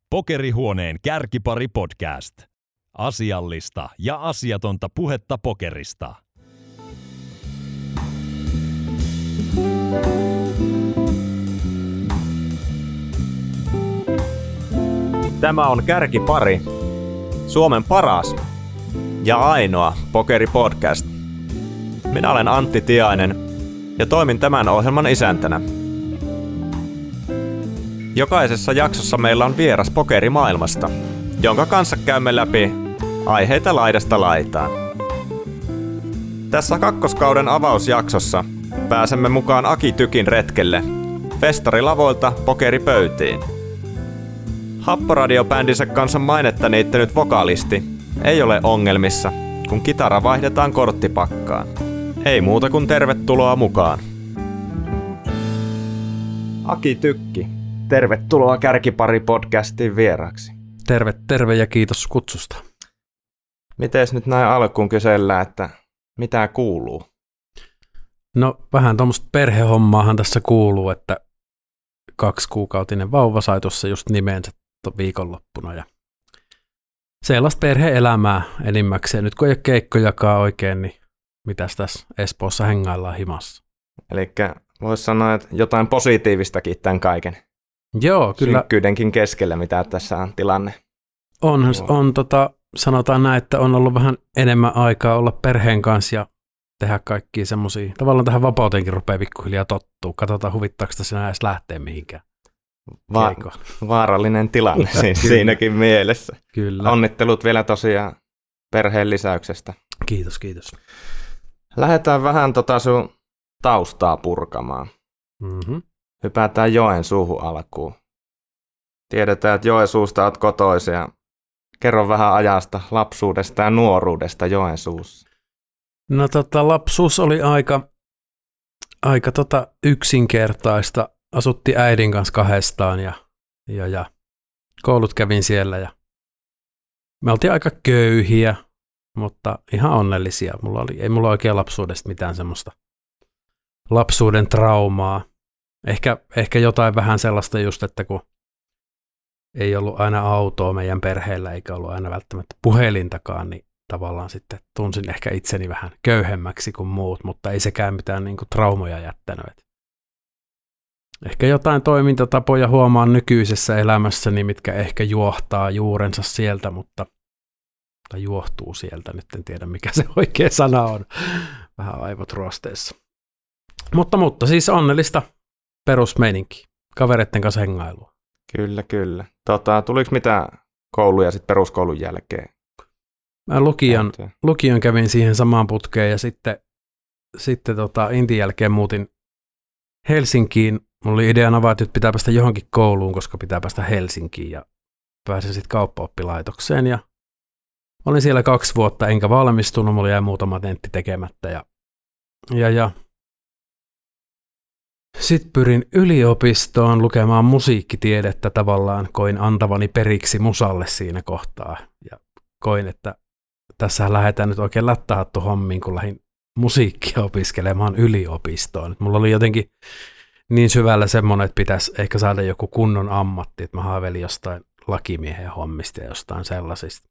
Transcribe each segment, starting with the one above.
Pokerihuoneen Kärkipari podcast. Asiallista ja asiatonta puhetta pokerista. Tämä on Kärkipari, Suomen paras ja ainoa pokeripodcast. Minä olen Antti Tiainen ja toimin tämän ohjelman isäntänä. Jokaisessa jaksossa meillä on vieras pokerimaailmasta, jonka kanssa käymme läpi aiheita laidasta laitaan. Tässä kakkoskauden avausjaksossa pääsemme mukaan Aki Tykin retkelle festarilavoilta pokeripöytiin. Happoradio-bändinsä kanssa mainetta niittänyt vokalisti ei ole ongelmissa, kun kitara vaihdetaan korttipakkaan. Ei muuta kuin tervetuloa mukaan. Aki Tykki, tervetuloa Kärkipari-podcastin vieraaksi. Terve ja kiitos kutsusta. Mites nyt näin alkuun kysellään, että mitä kuuluu? No vähän tuommoista perhehommaahan tässä kuuluu, että 2-kuukautinen vauva sai tuossa just nimensä viikonloppuna ja sellaista perhe-elämää enimmäkseen. Nyt kun ei ole keikkojakaan oikein, niin mitäs tässä Espoossa hengaillaan himassa. Elikkä voisi sanoa, että jotain positiivistakin tämän kaiken. Joo, kyllä. Synkkyydenkin keskellä, mitä tässä on tilanne. Sanotaan näin, että on ollut vähän enemmän aikaa olla perheen kanssa ja tehdä kaikkia semmoisia. Tavallaan tähän vapauteenkin rupeaa pikkuhiljaa tottua. Katsotaan, huvittaako sinä edes lähteä mihinkään. Vaarallinen tilanne siinäkin mielessä. Kyllä. Onnittelut vielä tosiaan perheen lisäyksestä. Kiitos. Lähdetään vähän sun taustaa purkamaan. Mm-hmm. Hypätään Joensuuhun alkuun. Tiedetään, että Joensuusta olet kotoisin ja kerro vähän ajasta, lapsuudesta ja nuoruudesta Joensuussa. No lapsuus oli aika yksinkertaista. Asuttiin äidin kanssa kahdestaan ja koulut kävin siellä ja me oltiin aika köyhiä, mutta ihan onnellisia. Ei mulla oikein lapsuudesta mitään semmoista lapsuuden traumaa. Ehkä jotain vähän sellaista just, että kun ei ollut aina autoa meidän perheellä eikä ollut aina välttämättä puhelintakaan, niin tavallaan sitten tunsin ehkä itseni vähän köyhemmäksi kuin muut, mutta ei sekään mitään niin kuin traumoja jättänyt. Ehkä jotain toimintatapoja huomaan nykyisessä elämässäni, mitkä ehkä juohtaa juurensa sieltä, tai juohtuu sieltä, nyt en tiedä mikä se oikea sana on, vähän aivot ruosteessa. Mutta siis onnellista perusmeininkiä, kavereiden kanssa hengailua. Kyllä. Tuliko mitä kouluja sitten peruskoulun jälkeen? Mä lukion kävin siihen samaan putkeen ja sitten intin jälkeen muutin Helsinkiin. Mulla oli ideana vaan, että nyt pitää päästä johonkin kouluun, koska pitää päästä Helsinkiin ja pääsin sitten kauppaoppilaitokseen ja olin siellä 2 vuotta enkä valmistunut, mulla jäi muutama tentti tekemättä ja sitten pyrin yliopistoon lukemaan musiikkitiedettä tavallaan, koin antavani periksi musalle siinä kohtaa ja koin, että tässä lähdetään nyt oikein lättähattu hommiin, kun lähdin musiikkia opiskelemaan yliopistoon. Mulla oli jotenkin niin syvällä semmoinen, että pitäisi ehkä saada joku kunnon ammatti, että mä haaveilin jostain lakimiehen hommista ja jostain sellaisista.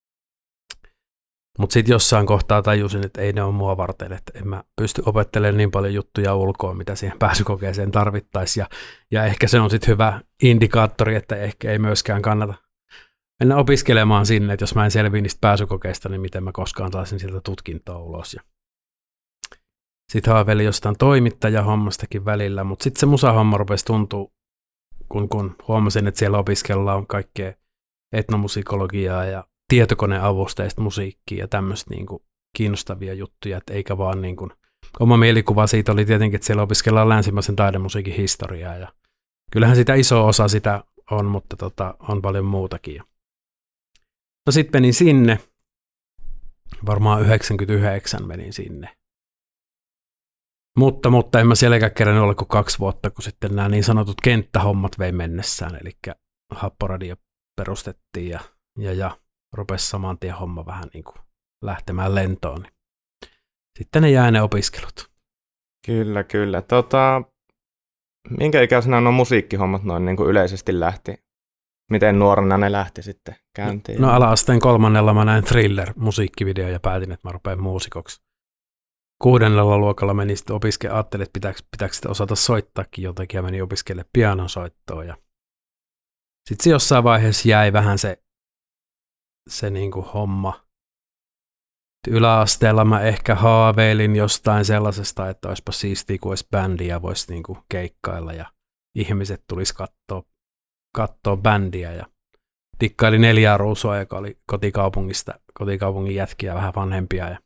Mutta sitten jossain kohtaa tajusin, että ei ne ole mua varten, että en mä pysty opettelemaan niin paljon juttuja ulkoa, mitä siihen pääsykokeeseen tarvittaisiin. Ja ehkä se on sitten hyvä indikaattori, että ehkä ei myöskään kannata mennä opiskelemaan sinne, että jos mä en selviä niistä pääsykokeista, niin miten mä koskaan saisin sieltä tutkintoa ulos. Sitten haaveilin jostain toimittajahommastakin välillä, mutta sitten se musahomma rupesi tuntua, kun huomasin, että siellä opiskellaan kaikkea etnomusikologiaa ja tietokoneavusteista musiikkia ja tämmöistä niin kuin kiinnostavia juttuja, että eikä vaan niin kuin, oma mielikuva siitä oli tietenkin, että siellä opiskellaan länsimaisen taidemusiikin historiaa ja kyllähän sitä iso osa sitä on, mutta on paljon muutakin. No sitten menin sinne, varmaan 99 menin sinne. Mutta en mä sielläkään kerännyt olla kuin 2 vuotta, kun sitten nämä niin sanotut kenttähommat vei mennessään, eli Happoradio perustettiin ja rupesi saman tien homma vähän niin kuin lähtemään lentoon. Sitten ne jäi ne opiskelut. Kyllä. Minkä ikäisenä nuo musiikkihommat noin niin kuin yleisesti lähti Miten nuorena ne lähti sitten käyntiin? No ala-asteen 3. mä näin Thriller-musiikkivideo ja päätin, että mä rupean muusikoksi. 6. luokalla menin sitten ajattelin, että pitääkö sitten osata soittaakin jotakin ja menin opiskelemaan pianonsoittoa. Ja sitten se jossain vaiheessa jäi vähän se niinku homma. Yläasteella mä ehkä haaveilin jostain sellaisesta, että olisipa siistiä, kun olisi bändi ja voisi niinku keikkailla ja ihmiset tulisi katsoa bändiä. Ja tikkaili 4 ruusua, joka oli kotikaupungin jätkiä vähän vanhempia. Ja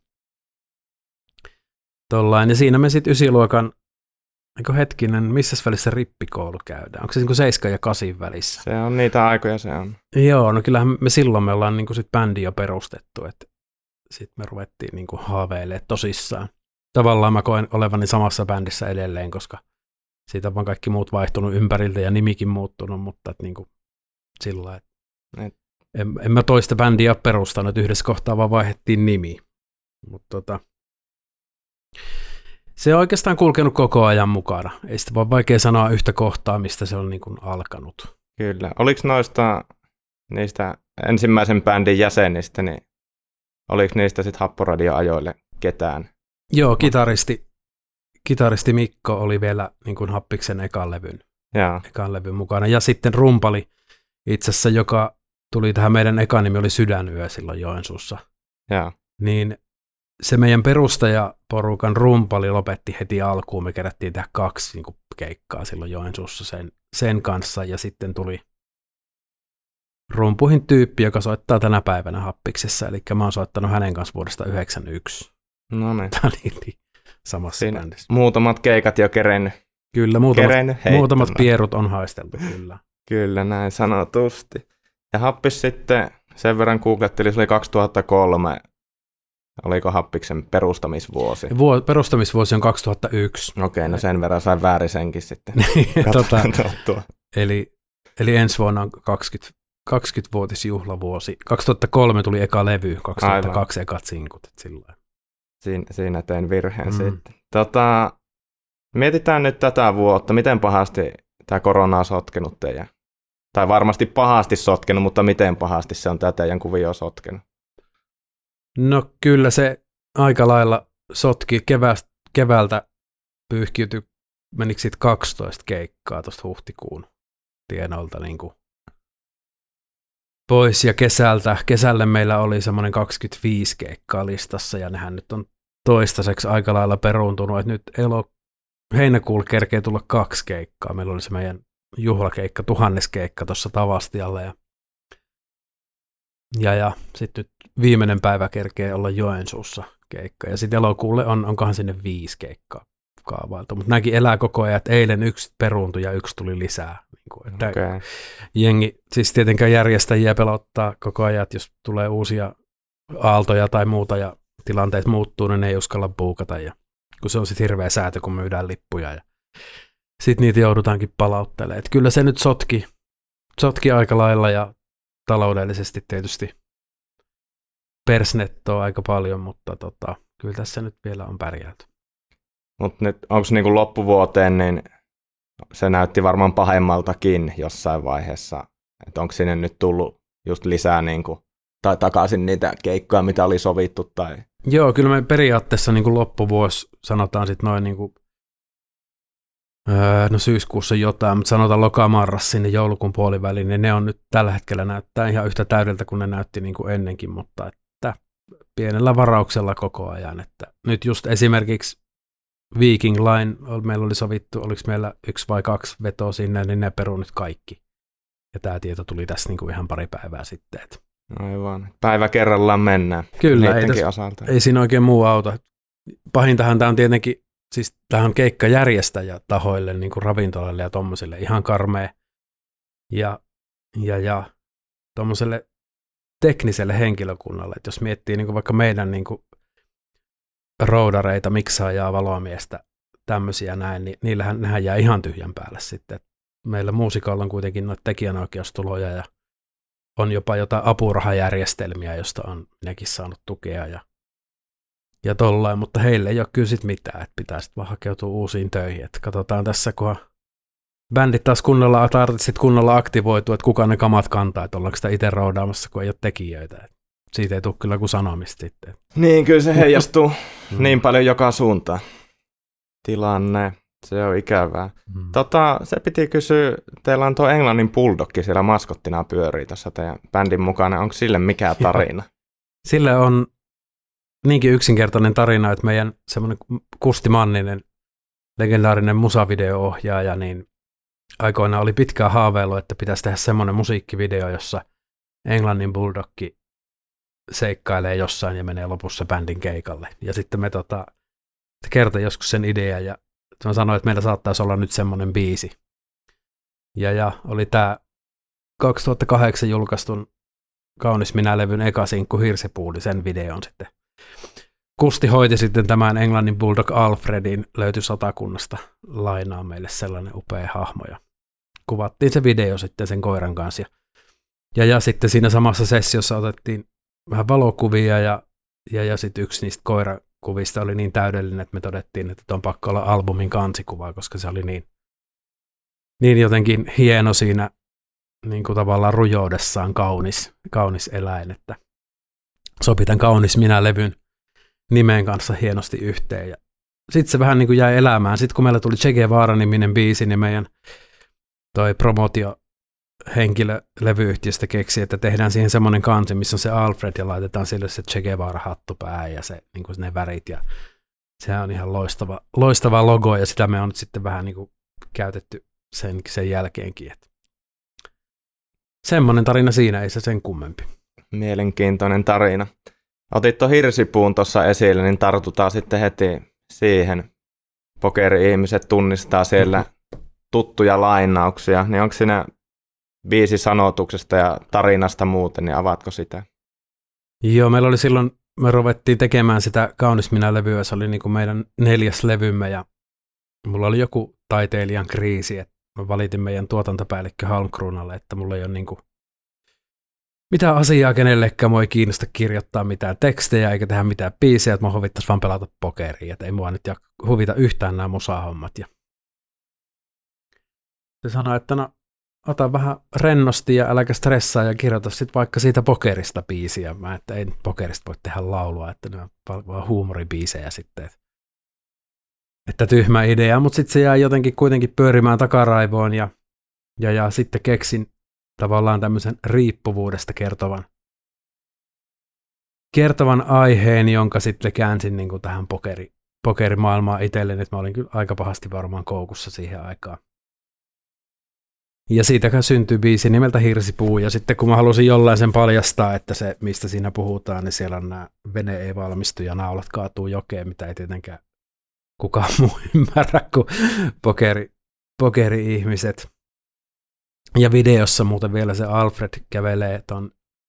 tollain. Ja siinä me sitten 9-luokan, missäs välissä rippikoulu käydään? Onko se niin kuin 7 ja 8 välissä? Se on niitä aikoja, se on. Joo, no kyllähän me ollaan niin kuin sit bändi jo perustettu, että sitten me ruvettiin niin kuin haaveilemaan tosissaan. Tavallaan mä koen olevani samassa bändissä edelleen, koska siitä on vaan kaikki muut vaihtunut ympäriltä ja nimikin muuttunut, mutta et niin kuin sillä lailla, en mä toista bändiä ole perustanut, että yhdessä kohtaa vaan vaihdettiin nimi. Mutta se on oikeastaan kulkenut koko ajan mukana. Ei sitä voi vaikea sanoa yhtä kohtaa, mistä se on niin kuin alkanut. Kyllä. Oliko niistä ensimmäisen bändin jäsenistä, niin oliko niistä sitten Happoradio-ajoille ketään? Joo, kitaristi Mikko oli vielä niin kuin Happiksen ekan levyn mukana. Ja sitten rumpali itse asiassa, joka tuli tähän meidän ekan nimi, oli Sydänyö silloin Joensuussa. Ja. Niin se meidän perustajaporukan rumpali lopetti heti alkuun. Me kerättiin tehdä 2 niin kuin keikkaa silloin Joensuussa sen kanssa. Ja sitten tuli rumpuhin tyyppi, joka soittaa tänä päivänä Happiksessa. Eli mä oon soittanut hänen kanssa vuodesta 1991. No niin. Tämä oli samassa bändissä. Muutamat keikat jo kerennyt. Kyllä, muutamat pierut on haisteltu, kyllä. Kyllä, näin sanotusti. Ja Happis sitten, sen verran googlettelin, se oli 2003. Oliko Happiksen perustamisvuosi? Perustamisvuosi on 2001. Okei, no sen verran sain väärin senkin sitten. Eli ensi vuonna on 20-vuotisjuhlavuosi. 2003 tuli eka levy, 2002 ekat sinkut. Siinä tein virheen sitten. Mietitään nyt tätä vuotta. Miten pahasti tämä korona on sotkenut teidän? Tai varmasti pahasti sotkenut, mutta miten pahasti se on tämä teidän kuvio sotkenut? No kyllä se aika lailla sotki. Keväältä pyyhkiytyi, menikö sitten 12 keikkaa tuosta huhtikuun tienoilta niin kuin pois. Ja kesälle meillä oli semmoinen 25 keikkaa listassa ja nehän nyt on toistaiseksi aika lailla peruuntunut. Että nyt heinäkuulla kerkee tulla 2 keikkaa. Meillä oli se meidän juhlakeikka, 1000 keikka tuossa Tavastialla ja sitten nyt viimeinen päivä kerkee olla Joensuussa keikka. Ja sitten elokuulle onkohan sinne 5 keikkaa kaavailtu. Mutta nämäkin elää koko ajan, että eilen 1 peruuntui ja 1 tuli lisää. Okay. Jengi, siis tietenkään järjestäjiä pelottaa koko ajan, että jos tulee uusia aaltoja tai muuta ja tilanteet muuttuu, niin ne ei uskalla buukata. Ja kun se on sitten hirveä säätö, kun myydään lippuja ja sitten niitä joudutaankin palauttelemaan. Et kyllä se nyt sotki aika lailla ja taloudellisesti tietysti persnettoa aika paljon, mutta kyllä tässä nyt vielä on pärjääty. Mutta nyt onko niinku loppuvuoteen, niin se näytti varmaan pahemmaltakin jossain vaiheessa. Että onko sinne nyt tullut just lisää niinku, tai takaisin niitä keikkoja, mitä oli sovittu? Tai... Joo, kyllä me periaatteessa niinku loppuvuosi sanotaan sitten noin niinku syyskuussa jotain, mutta sanotaan lokamarras sinne joulukuun puoliväliin, niin ne on nyt tällä hetkellä näyttää ihan yhtä täydeltä kuin ne näytti niin kuin ennenkin, mutta että pienellä varauksella koko ajan. Että nyt just esimerkiksi Viking Line, meillä oli sovittu, oliko meillä 1 vai 2 vetoa sinne, niin ne peruu nyt kaikki. Ja tämä tieto tuli tässä niin kuin ihan pari päivää sitten. Että aivan. Päivä kerrallaan mennään. Kyllä, ei siinä oikein muu auta. Pahintahan tämä on tietenkin, siis tähän on keikkajärjestäjätahoille, niin kuin ravintolalle ja tommosille ihan karmea. Ja tommoselle tekniselle henkilökunnalle, että jos miettii niin kuin vaikka meidän niin kuin roudareita, miksaajaa, valomiestä, tämmöisiä näin, niin nehän jää ihan tyhjän päälle sitten. Meillä muusikoilla on kuitenkin noita tekijänoikeustuloja ja on jopa jotain apurahajärjestelmiä, josta on nekin saanut tukea ja tollain, mutta heille ei ole kyllä sit mitään, että pitää sitten vaan hakeutua uusiin töihin. Et katsotaan tässä, kun bändit taas kunnolla, artistit kunnolla aktivoitu, että kuka ne kamat kantaa, että ollaanko sitä itse roodaamassa, kun ei ole tekijöitä. Siitä ei tule kyllä kuin sanomista sitten. Niin, kyllä se heijastuu niin paljon joka suuntaan. Tilanne, se on ikävää. Se piti kysyä, teillä on tuo Englannin Bulldogki siellä maskottina pyörii tuossa teidän bändin mukana. Onko sille mikään tarina? Sille on niinkin yksinkertainen tarina, että meidän semmoinen Kusti Manninen, legendaarinen musavideo-ohjaaja, niin aikoinaan oli pitkään haaveillut, että pitäisi tehdä semmoinen musiikkivideo, jossa Englannin Bulldogki seikkailee jossain ja menee lopussa bändin keikalle. Ja sitten me kertoi joskus sen idean ja mä sanoin, että meillä saattaisi olla nyt semmoinen biisi. Ja oli tämä 2008 julkaistun Kaunis minä-levyn eka sinkku Hirsipuuli, sen videon sitten. Kusti hoiti sitten tämän Englannin Bulldog Alfredin, löytyi Satakunnasta lainaa meille sellainen upea hahmo ja kuvattiin se video sitten sen koiran kanssa. Ja sitten siinä samassa sessiossa otettiin vähän valokuvia ja sitten yksi niistä koirakuvista oli niin täydellinen, että me todettiin, että on pakko olla albumin kansikuva, koska se oli niin jotenkin hieno siinä niin kuin tavallaan rujoudessaan kaunis eläin, että sopi tämän Kaunis minä-levyn nimen kanssa hienosti yhteen. Ja sitten se vähän niin kuin jäi elämään. Sitten kun meillä tuli Che Guevara-niminen biisi, niin meidän toi promootiohenkilö levyyhtiöstä keksi, että tehdään siihen semmoinen kansi, missä on se Alfred ja laitetaan sille se Che Guevara-hattu päähän ja se, niin kuin ne värit. Ja sehän on ihan loistava logo ja sitä me on nyt sitten vähän niin kuin käytetty sen jälkeenkin. Että semmoinen tarina siinä, ei se sen kummempi. Mielenkiintoinen tarina. Otit tuon hirsipuun tuossa esille, niin tartutaan sitten heti siihen. Pokeri-ihmiset tunnistaa siellä tuttuja lainauksia, niin onko siinä biisisanoituksesta ja tarinasta muuten, niin avaatko sitä? Joo, meillä oli silloin, me ruvettiin tekemään sitä Kaunis minä-levyä, se oli niin kuin meidän 4. levymme ja mulla oli joku taiteilijan kriisi, että mä valitin meidän tuotantopäällikkö Halmkruunalle, että mulla ei ole niin kuin mitään asiaa kenellekään, mua ei kiinnosta kirjoittaa mitään tekstejä eikä tehdä mitään biisejä, että mä huvittaisi vaan pelata pokeria, että ei mua nyt huvita yhtään nämä musahommat. Ja se sanoi, että no ota vähän rennosti ja äläkä stressaa ja kirjoita sitten vaikka siitä pokerista biisiä. Mä että ei pokerista voi tehdä laulua, että ne on vaan huumoribiisejä sitten. Että tyhmä idea, mutta sitten se jäi jotenkin kuitenkin pyörimään takaraivoon ja sitten keksin tavallaan tämmöisen riippuvuudesta kertovan aiheen, jonka sitten käänsin niin kuin tähän pokerimaailmaan itselleni, että mä olin kyllä aika pahasti varmaan koukussa siihen aikaan. Ja siitä syntyi biisi nimeltä Hirsipuu, ja sitten kun mä halusin jollain sen paljastaa, että se, mistä siinä puhutaan, niin siellä on nämä vene ei valmistu ja naulat kaatuu jokeen, mitä ei tietenkään kukaan muu ymmärrä kuin pokeri-ihmiset. Ja videossa muuten vielä se Alfred kävelee ton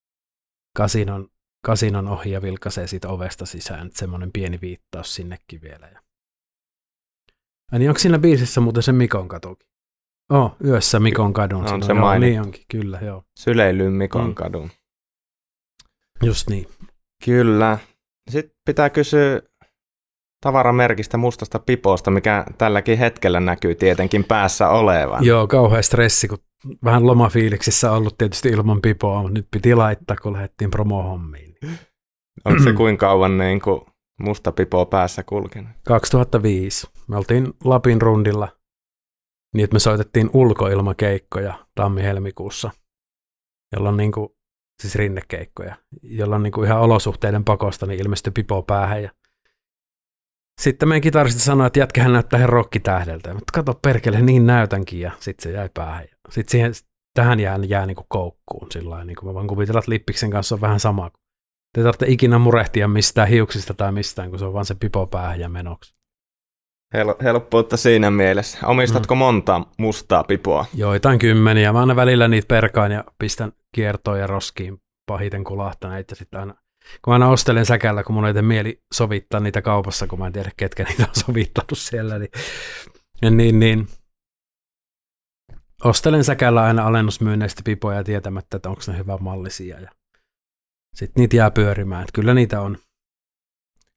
kasinon ohi ja vilkaisee siitä ovesta sisään. Semmoinen pieni viittaus sinnekin vielä. Niin onko siinä biisissä muuten se Mikon katukin? Yössä Mikon kadun. On se mainittu. Niin onkin, kyllä, joo. Syleilyn Mikon kadun. Just niin. Kyllä. Sitten pitää kysyä tavaramerkistä mustasta piposta, mikä tälläkin hetkellä näkyy tietenkin päässä olevan. Joo, kauhea stressi, kun vähän lomafiiliksissä ollut tietysti ilman pipoa, mutta nyt piti laittaa, kun lähdettiin promohommiin. Onko se kuinka kauan niin kuin musta pipo päässä kulkenut? 2005. Me oltiin Lapin rundilla, niin että me soitettiin ulkoilmakeikkoja tammi-helmikuussa, jolloin niin kuin, siis rinnekeikkoja, jolloin niin kuin ihan olosuhteiden pakosta niin ilmestyi pipo päähän ja sitten meidän kitaristi sanoi, että jätkähän näyttää ihan rokkitähdeltä. Mutta kato perkele, niin näytänkin ja sitten se jäi päähän. Sitten tähän jää niin kuin koukkuun sillä niin kuin mä voin kuvitella, että Lippiksen kanssa on vähän sama. Te tarvitse ikinä murehtia mistään hiuksista tai mistään, kun se on vaan se pipo päähän ja menoksi. Helppoutta siinä mielessä. Omistatko monta mustaa pipoa? Joitain 10. Mä aina välillä niitä perkaan ja pistän kiertoon ja roskiin pahiten kulahtaneita. Ja sitten aina, kun mä aina ostelen säkällä, kun mun ei tee mieli sovittaa niitä kaupassa, kun mä en tiedä, ketkä niitä on sovittanut siellä. Niin. Ostelen säkällä aina alennusmyynneistä pipoja tietämättä, että onko ne hyvä mallisia. Ja sitten niitä jää pyörimään. Että kyllä niitä on.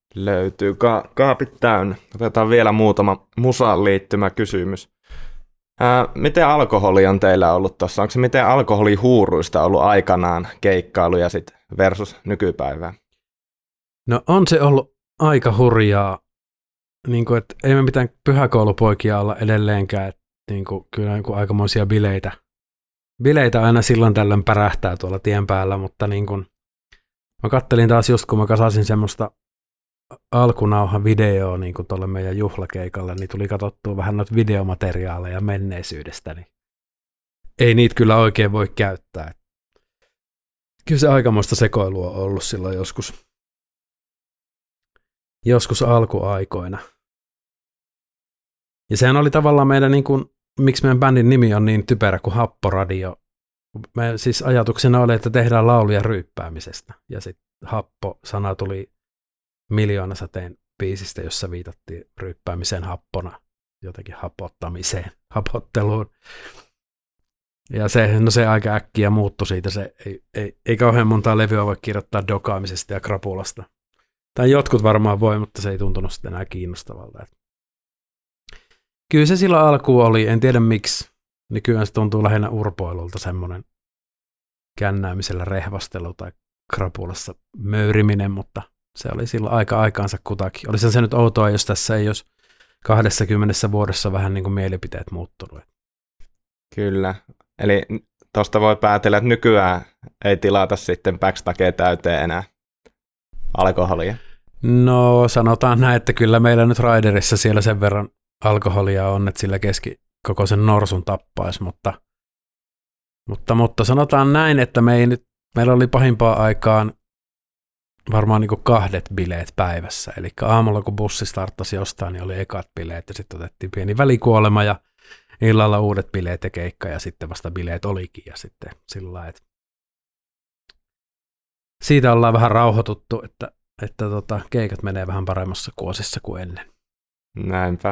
Löytyy kaapit täynnä. Otetaan vielä muutama musaan liittymä kysymys. Miten alkoholi on teillä ollut tuossa? Onko se miten alkoholihuuruista ollut aikanaan keikkailuja sit versus nykypäivää? No on se ollut aika hurjaa, niin kuin, että ei me mitään pyhäkoulupoikia olla edelleenkään, että niin kuin, kyllä niin kuin aikamoisia bileitä aina silloin tällöin pärähtää tuolla tien päällä, mutta niin kuin, mä kattelin taas just kun mä kasasin semmoista alkunauhan videoa niin kuin tuolle meidän juhlakeikalle, niin tuli katsottua vähän noita videomateriaaleja menneisyydestä, niin ei niitä kyllä oikein voi käyttää. Kyllä se aikamoista sekoilua on ollut silloin joskus alkuaikoina. Ja sehän oli tavallaan meidän, niin kuin, miksi meidän bändin nimi on niin typerä kuin Happoradio. Siis ajatuksena oli, että tehdään lauluja ryyppäämisestä. Ja sitten happo-sana tuli Miljoonasateen biisistä, jossa viitattiin ryyppäämiseen happona, jotenkin hapottamiseen, hapotteluun. Ja se aika äkkiä muuttui siitä. Se ei kauhean montaa levyä voi kirjoittaa dokaamisesta ja krapulasta. Tai jotkut varmaan voi, mutta se ei tuntunut sitten enää kiinnostavalta. Kyllä se silloin alkuun oli, en tiedä miksi. Nykyään se tuntuu lähinnä urpoilulta semmoinen kännäämisellä rehvastelu tai krapulassa möyriminen, mutta se oli silloin aikaansa kutakin. Olisi se nyt outoa, jos tässä ei olisi 20 vuodessa vähän niin kuin mielipiteet muuttunut. Kyllä. Eli tuosta voi päätellä, että nykyään ei tilata sitten backstagea täyteen enää alkoholia. No sanotaan näin, että kyllä meillä nyt Raiderissa siellä sen verran alkoholia on, että sillä koko sen norsun tappaisi, mutta sanotaan näin, että meillä oli pahimpaan aikaan varmaan niin kuin 2 bileet päivässä. Eli aamulla kun bussi starttasi jostain, niin oli ekat bileet ja sitten otettiin pieni välikuolema ja illalla uudet bileet ja keikka ja sitten vasta bileet olikin ja sitten sillä lailla, että siitä ollaan vähän rauhoituttu, että keikat menee vähän paremmassa kuosissa kuin ennen. Näinpä.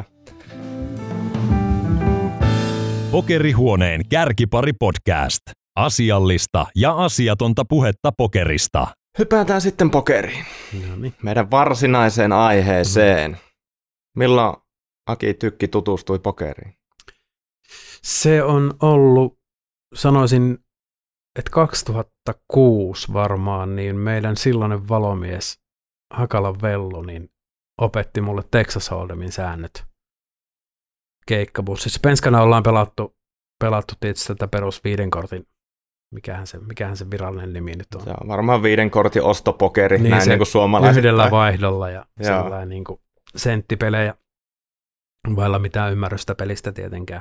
Pokerihuoneen Kärkipari podcast. Asiallista ja asiatonta puhetta pokerista. Hypätään sitten pokeriin. Noniin. Meidän varsinaiseen aiheeseen. Milloin Aki Tykki tutustui pokeriin? Se on ollut, sanoisin, että 2006 varmaan, niin meidän silloinen valomies Hakalan Vellu niin opetti mulle Texas Holdemin säännöt keikkabussissa. Penskana ollaan pelattu tietysti tätä perus 5 kortin. Mikähän se virallinen nimi nyt on? Se on varmaan 5 kortin ostopokeri, niin näin niin kuin suomalaiset. Yhdellä vaihdolla ja sellainen niin kuin senttipelejä, vailla mitään ymmärrystä pelistä tietenkään.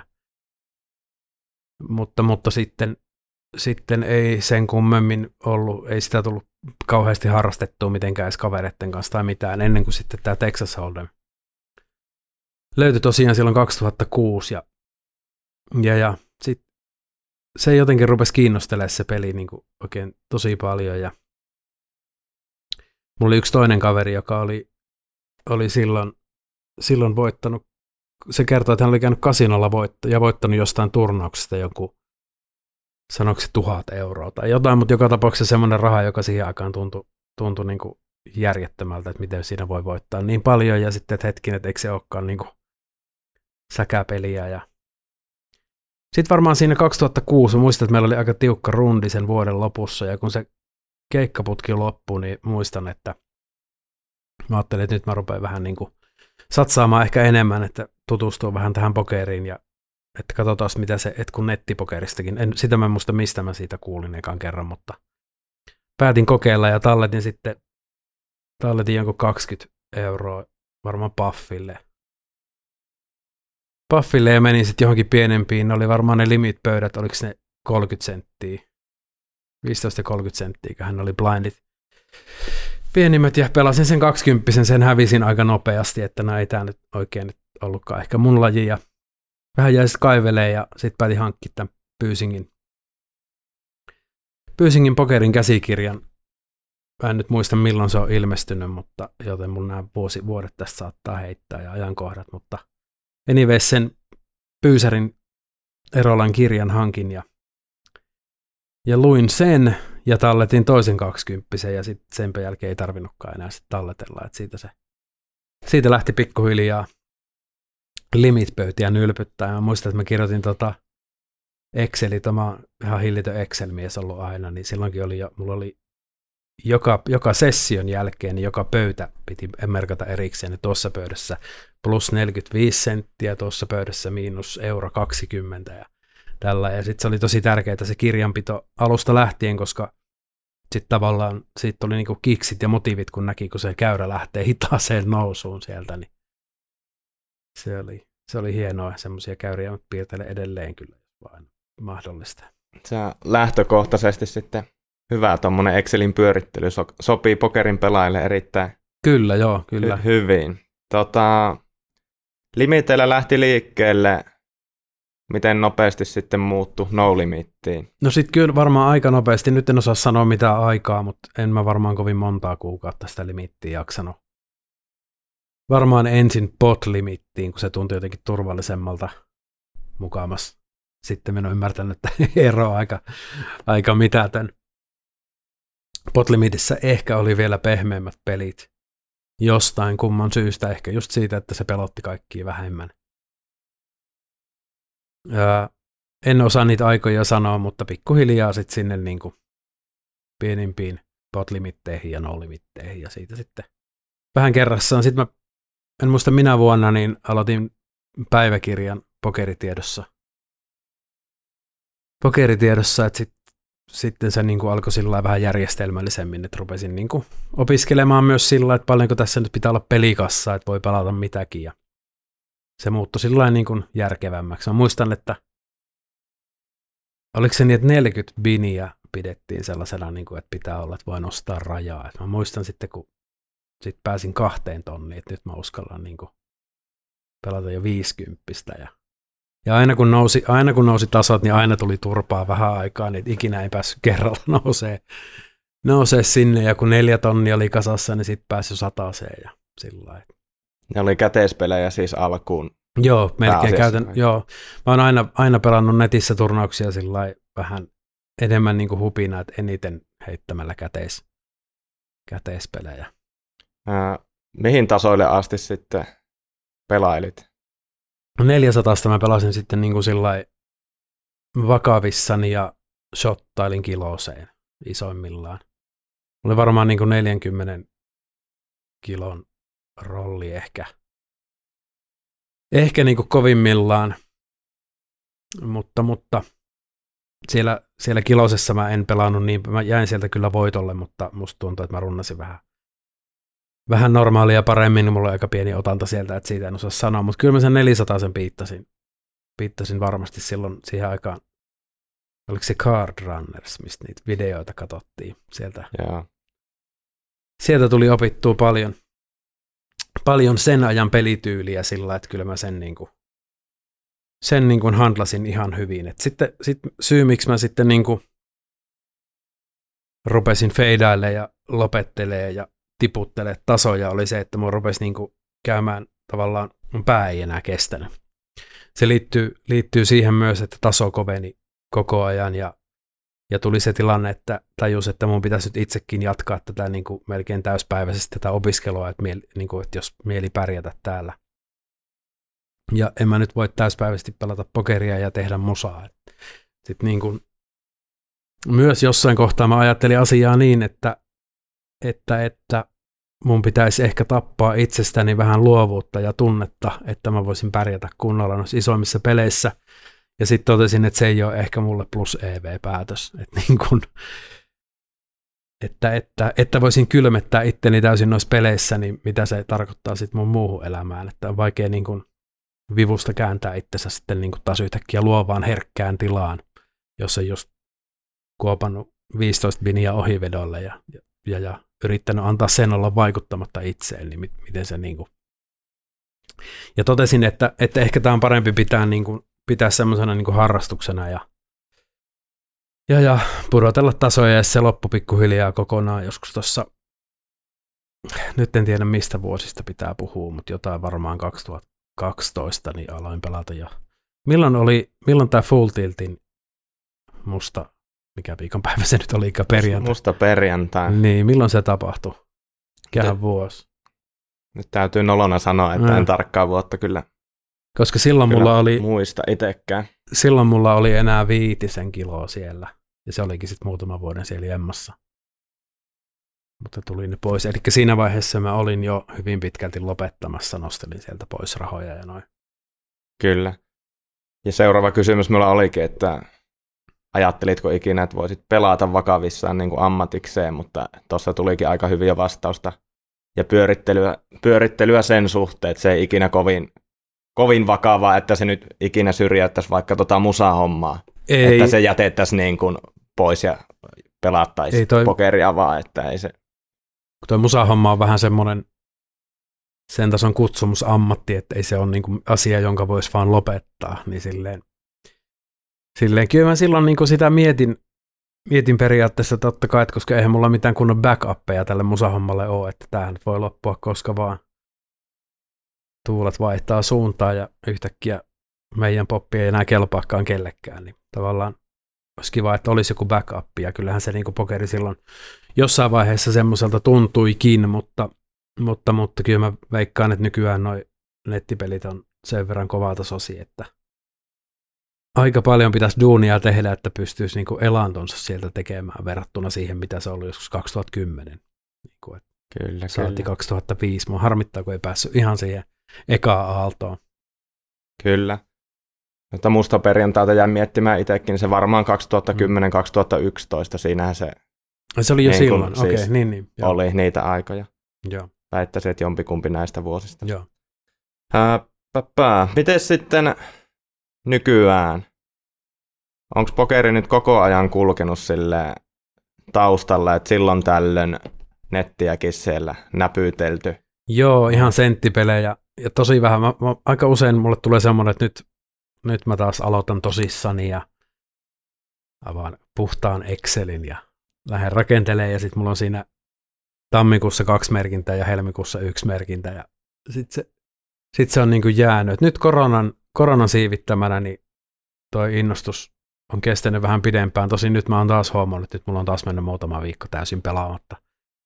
Mutta sitten ei sen kummemmin ollut, ei sitä tullut kauheasti harrastettua mitenkään edes kavereiden kanssa tai mitään, ennen kuin sitten tämä Texas Hold'em löytyi tosiaan silloin 2006 ja sitten se jotenkin rupesi kiinnostelemaan se peli niin kuin oikein tosi paljon ja mulla oli yksi toinen kaveri, joka oli silloin voittanut, se kertoi, että hän oli käynyt kasinolla ja voittanut jostain turnauksesta joku, sanoiko se 1,000 euroa tai jotain, mutta joka tapauksessa semmoinen raha, joka siihen aikaan tuntui niin kuin järjettömältä, että miten siinä voi voittaa niin paljon ja sitten, että hetkinen, että eikö se olekaan niin kuin säkäpeliä ja sitten varmaan siinä 2006, muistan, että meillä oli aika tiukka rundi sen vuoden lopussa, ja kun se keikkaputki loppui, niin muistan, että mä ajattelin, että nyt mä rupean vähän niin kuin satsaamaan ehkä enemmän, että tutustuu vähän tähän pokeriin, ja että katsotaan mitä se, että kun nettipokeristakin, sitä mä en muista mistä mä siitä kuulin ekan kerran, mutta päätin kokeilla ja talletin jonkun 20 euroa varmaan Puffille ja menin sitten johonkin pienempiin. Ne oli varmaan ne limit-pöydät, oliko ne 30 senttiä, 15 ja 30 senttiä, hän oli blindit pienimmät ja pelasin sen 20, sen hävisin aika nopeasti, että ei tämä nyt oikein nyt ollutkaan ehkä mun laji ja vähän jäi sitten kaivelee ja sitten päätin hankkia tämän Pyysingin pokerin käsikirjan. Mä en nyt muista milloin se on ilmestynyt, mutta joten mun nämä vuodet tästä saattaa heittää ja ajankohdat, mutta anyways sen Pyysärin Erolan kirjan hankin ja luin sen ja talletin toisen 20 ja sitten sen jälkeen ei tarvinnutkaan enää sit talletella, että siitä lähti pikkuhiljaa limit-pöytiä nylpyttää. Mä muistan, että mä kirjoitin Exceli, tämä ihan hillitön Excel-mies ollut aina, niin silloinkin mulla oli joka session jälkeen, niin joka pöytä piti merkata erikseen, niin tuossa pöydässä plus 45 senttiä, tuossa pöydässä miinus euro 20 ja tällä. Ja sitten se oli tosi tärkeää se kirjanpito alusta lähtien, koska sitten tavallaan siitä oli niinku kiksit ja motiivit, kun näki, kun se käyrä lähtee hitaaseen nousuun sieltä, niin se oli hienoa. Semmoisia käyriä mä piirtelen edelleen kyllä, vain mahdollista. Se on lähtökohtaisesti sitten hyvä tuommoinen Excelin pyörittely, sopii pokerin pelaajille erittäin kyllä, joo, kyllä. Hyvin. Limiteillä lähti liikkeelle, miten nopeasti sitten muuttui no-limittiin? No sitten kyllä varmaan aika nopeasti, nyt en osaa sanoa mitään aikaa, mutta en mä varmaan kovin montaa kuukautta sitä limittiä jaksanut. Varmaan ensin pot-limittiin, kun se tuntui jotenkin turvallisemmalta mukamas. Sitten minä olen ymmärtänyt, että ero on aika mitätön. Pot-limitissä ehkä oli vielä pehmeämmät pelit jostain kumman syystä, ehkä just siitä, että se pelotti kaikkia vähemmän. En osaa niitä aikoja sanoa, mutta pikkuhiljaa sitten sinne niin kuin pienimpiin pot-limitteihin ja no-limitteihin ja siitä sitten vähän kerrassaan. Sitten en muista minä vuonna, niin aloitin päiväkirjan pokeritiedossa, että sitten se niin kuin alkoi sillä vähän järjestelmällisemmin, että rupesin niin kuin opiskelemaan myös sillä, että paljonko tässä nyt pitää olla pelikassa, että voi pelata mitäkin. Ja se muuttui sillä niin kuin järkevämmäksi. Mä muistan, että oliko se niin, että 40 biniä pidettiin sellaisena, niin kuin, että pitää olla, että voi nostaa rajaa. Et mä muistan sitten, kun sit pääsin 2 tonniin, että nyt mä uskallan niin kuin pelata jo 50. Ja aina kun nousi tasot, niin aina tuli turpaa vähän aikaa, niin ikinä ei päässyt kerralla nousee sinne. Ja kun 4 tonnia oli kasassa, niin sitten pääsi 100 ja sillä lailla. Ne oli käteispelejä siis alkuun. Joo, melkein käytän. Joo. Mä oon aina pelannut netissä turnauksia sillä lailla vähän enemmän niin kuin hupina, että eniten heittämällä käteispelejä. Mihin tasoille asti sitten pelailit? 400 mä pelasin sitten niin kuin sillai vakavissani ja shottailin kiloseen isoimmillaan. Oli varmaan niin kuin 40 kilon rolli ehkä niin kuin kovimmillaan, mutta siellä kilosessa mä en pelannut niin, mä jäin sieltä kyllä voitolle, mutta musta tuntuu, että mä runnasin vähän normaalia paremmin, niin mulla on aika pieni otanta sieltä, että siitä en osaa sanoa, mutta kyllä mä sen 400 sen piittasin varmasti silloin siihen aikaan. Oliko se Card Runners, mistä niitä videoita katsottiin sieltä. Jaa. Sieltä tuli opittua paljon sen ajan pelityyliä sillä, että kyllä mä sen niin kuin handlasin ihan hyvin. Et sitten syy, miksi mä sitten niin kuin rupesin feidailemaan ja lopettelemaan ja tiputtelemaan tasoja, oli se, että mun rupesi niin kuin käymään tavallaan, mun pää ei enää kestänyt. Se liittyy siihen myös, että taso koveni koko ajan ja tuli se tilanne, että tajus, että mun pitäisi nyt itsekin jatkaa tätä niin kuin melkein täyspäiväisesti tätä opiskelua, että että jos mieli pärjätä täällä. Ja en mä nyt voi täyspäiväisesti pelata pokeria ja tehdä musaa. Sitten niin kuin myös jossain kohtaa mä ajattelin asiaa niin, että mun pitäisi ehkä tappaa itsestäni vähän luovuutta ja tunnetta, että mä voisin pärjätä kunnolla noissa isoimmissa peleissä. Ja sitten totesin, että se ei ole ehkä mulle plus EV-päätös. Että voisin kylmettää itteni täysin noissa peleissä, niin mitä se tarkoittaa sitten mun muuhun elämään. Että on vaikea niin kuin vivusta kääntää itsensä sitten niin kuin taas yhtäkkiä luovaan herkkään tilaan, jos on just kuopannut 15 biniä ohivedolle ja yrittänyt antaa sen olla vaikuttamatta itseen, niin miten se niin kuin. Ja totesin, että ehkä tämä on parempi pitää semmoisena niin kuin harrastuksena ja pudotella tasoja ja se loppu pikkuhiljaa kokonaan joskus tuossa, nyt en tiedä mistä vuosista pitää puhua, mutta jotain varmaan 2012 niin aloin pelata ja milloin tämä Full Tiltin musta, mikä viikonpäivä se nyt oli, perjantai. Musta perjantai. Niin, milloin se tapahtui? Mikähän vuosi? Nyt täytyy nolona sanoa, että en tarkkaa vuotta kyllä Koska silloin mulla oli enää 5 kiloa siellä. Ja se olikin sitten muutama vuoden siellä Jemmassa. Mutta tuli ne pois. Eli siinä vaiheessa mä olin jo hyvin pitkälti lopettamassa, nostelin sieltä pois rahoja ja noin. Kyllä. Ja seuraava kysymys mulla olikin, että ajattelitko ikinä, että voisit pelata vakavissaan niin kuin ammatikseen, mutta tuossa tulikin aika hyviä vastausta ja pyörittelyä sen suhteen, että se ei ikinä kovin vakavaa, että se nyt ikinä syrjäyttäisi vaikka musahommaa. Ei. Että se jätettäisiin niin kuin pois ja pelattaisiin pokeria vaan, että ei se. Tuo musahomma on vähän semmoinen sen tason kutsumusammatti, että ei se ole niin kuin asia, jonka voisi vaan lopettaa, niin silleen kyllä mä silloin niin kuin sitä mietin periaatteessa totta kai, että koska eihän mulla mitään kunnon backuppeja tälle musahommalle ole, että tämähän voi loppua koska vaan tuulet vaihtaa suuntaa ja yhtäkkiä meidän poppi ei enää kelpaakaan kellekään, niin tavallaan olisi kiva, että olisi joku backup, ja kyllähän se niin kuin pokeri silloin jossain vaiheessa semmoiselta tuntuikin, mutta kyllä mä veikkaan, että nykyään noi nettipelit on sen verran kovatasoisia, että aika paljon pitäisi duunia tehdä, että pystyisi niin kuin elantonsa sieltä tekemään verrattuna siihen, mitä se oli joskus 2010. Niin kuin, kyllä. 2005. Mua harmittaa, kun ei päässyt ihan siihen ekaan aaltoon. Kyllä. Mutta musta perjantaita jäin miettimään itsekin, niin se varmaan 2010-2011, siinähän se oli jo silloin, okei, siis niin. Oli niitä aikoja. Joo. Väittäisin, että jompikumpi näistä vuosista. Joo. Miten sitten nykyään? Onko pokeri nyt koko ajan kulkenut sille taustalla, että silloin tällöin nettiäkin siellä näpytelty? Joo, ihan senttipelejä. Ja tosi vähän. Aika usein mulle tulee semmoinen, että nyt mä taas aloitan tosissani ja avaan puhtaan Excelin ja lähden rakentelemaan. Ja sitten mulla on siinä tammikuussa 2 merkintää ja helmikuussa 1 merkintä. Ja sitten se on niin kuin jäänyt. Et nyt koronan siivittämänä niin toi innostus on kestänyt vähän pidempään. Tosin nyt mä oon taas huomannut, että nyt mulla on taas mennyt muutama viikko täysin pelaamatta.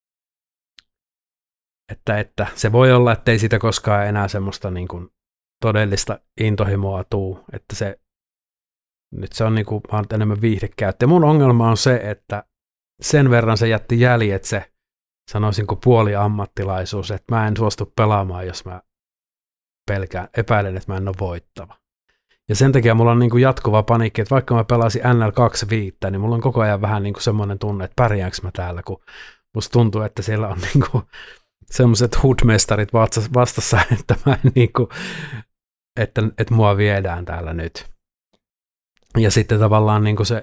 Että se voi olla, ettei siitä koskaan enää semmoista niin kuin todellista intohimoa tuu, että nyt se on niin kuin enemmän viihdekäyttö. Mun ongelma on se, että sen verran se jätti jäljet se, sanoisin kuin puoliammattilaisuus, että mä en suostu pelaamaan, jos mä epäilen, että mä en ole voittava. Ja sen takia mulla on niin kuin jatkuva paniikki, että vaikka mä pelasin NL25, niin mulla on koko ajan vähän niin kuin semmoinen tunne, että pärjäänkö mä täällä, kun musta tuntuu, että siellä on niin kuin semmoiset hoodmestarit vastassa, että mä en niin kuin, että mua viedään täällä nyt. Ja sitten tavallaan niin kuin se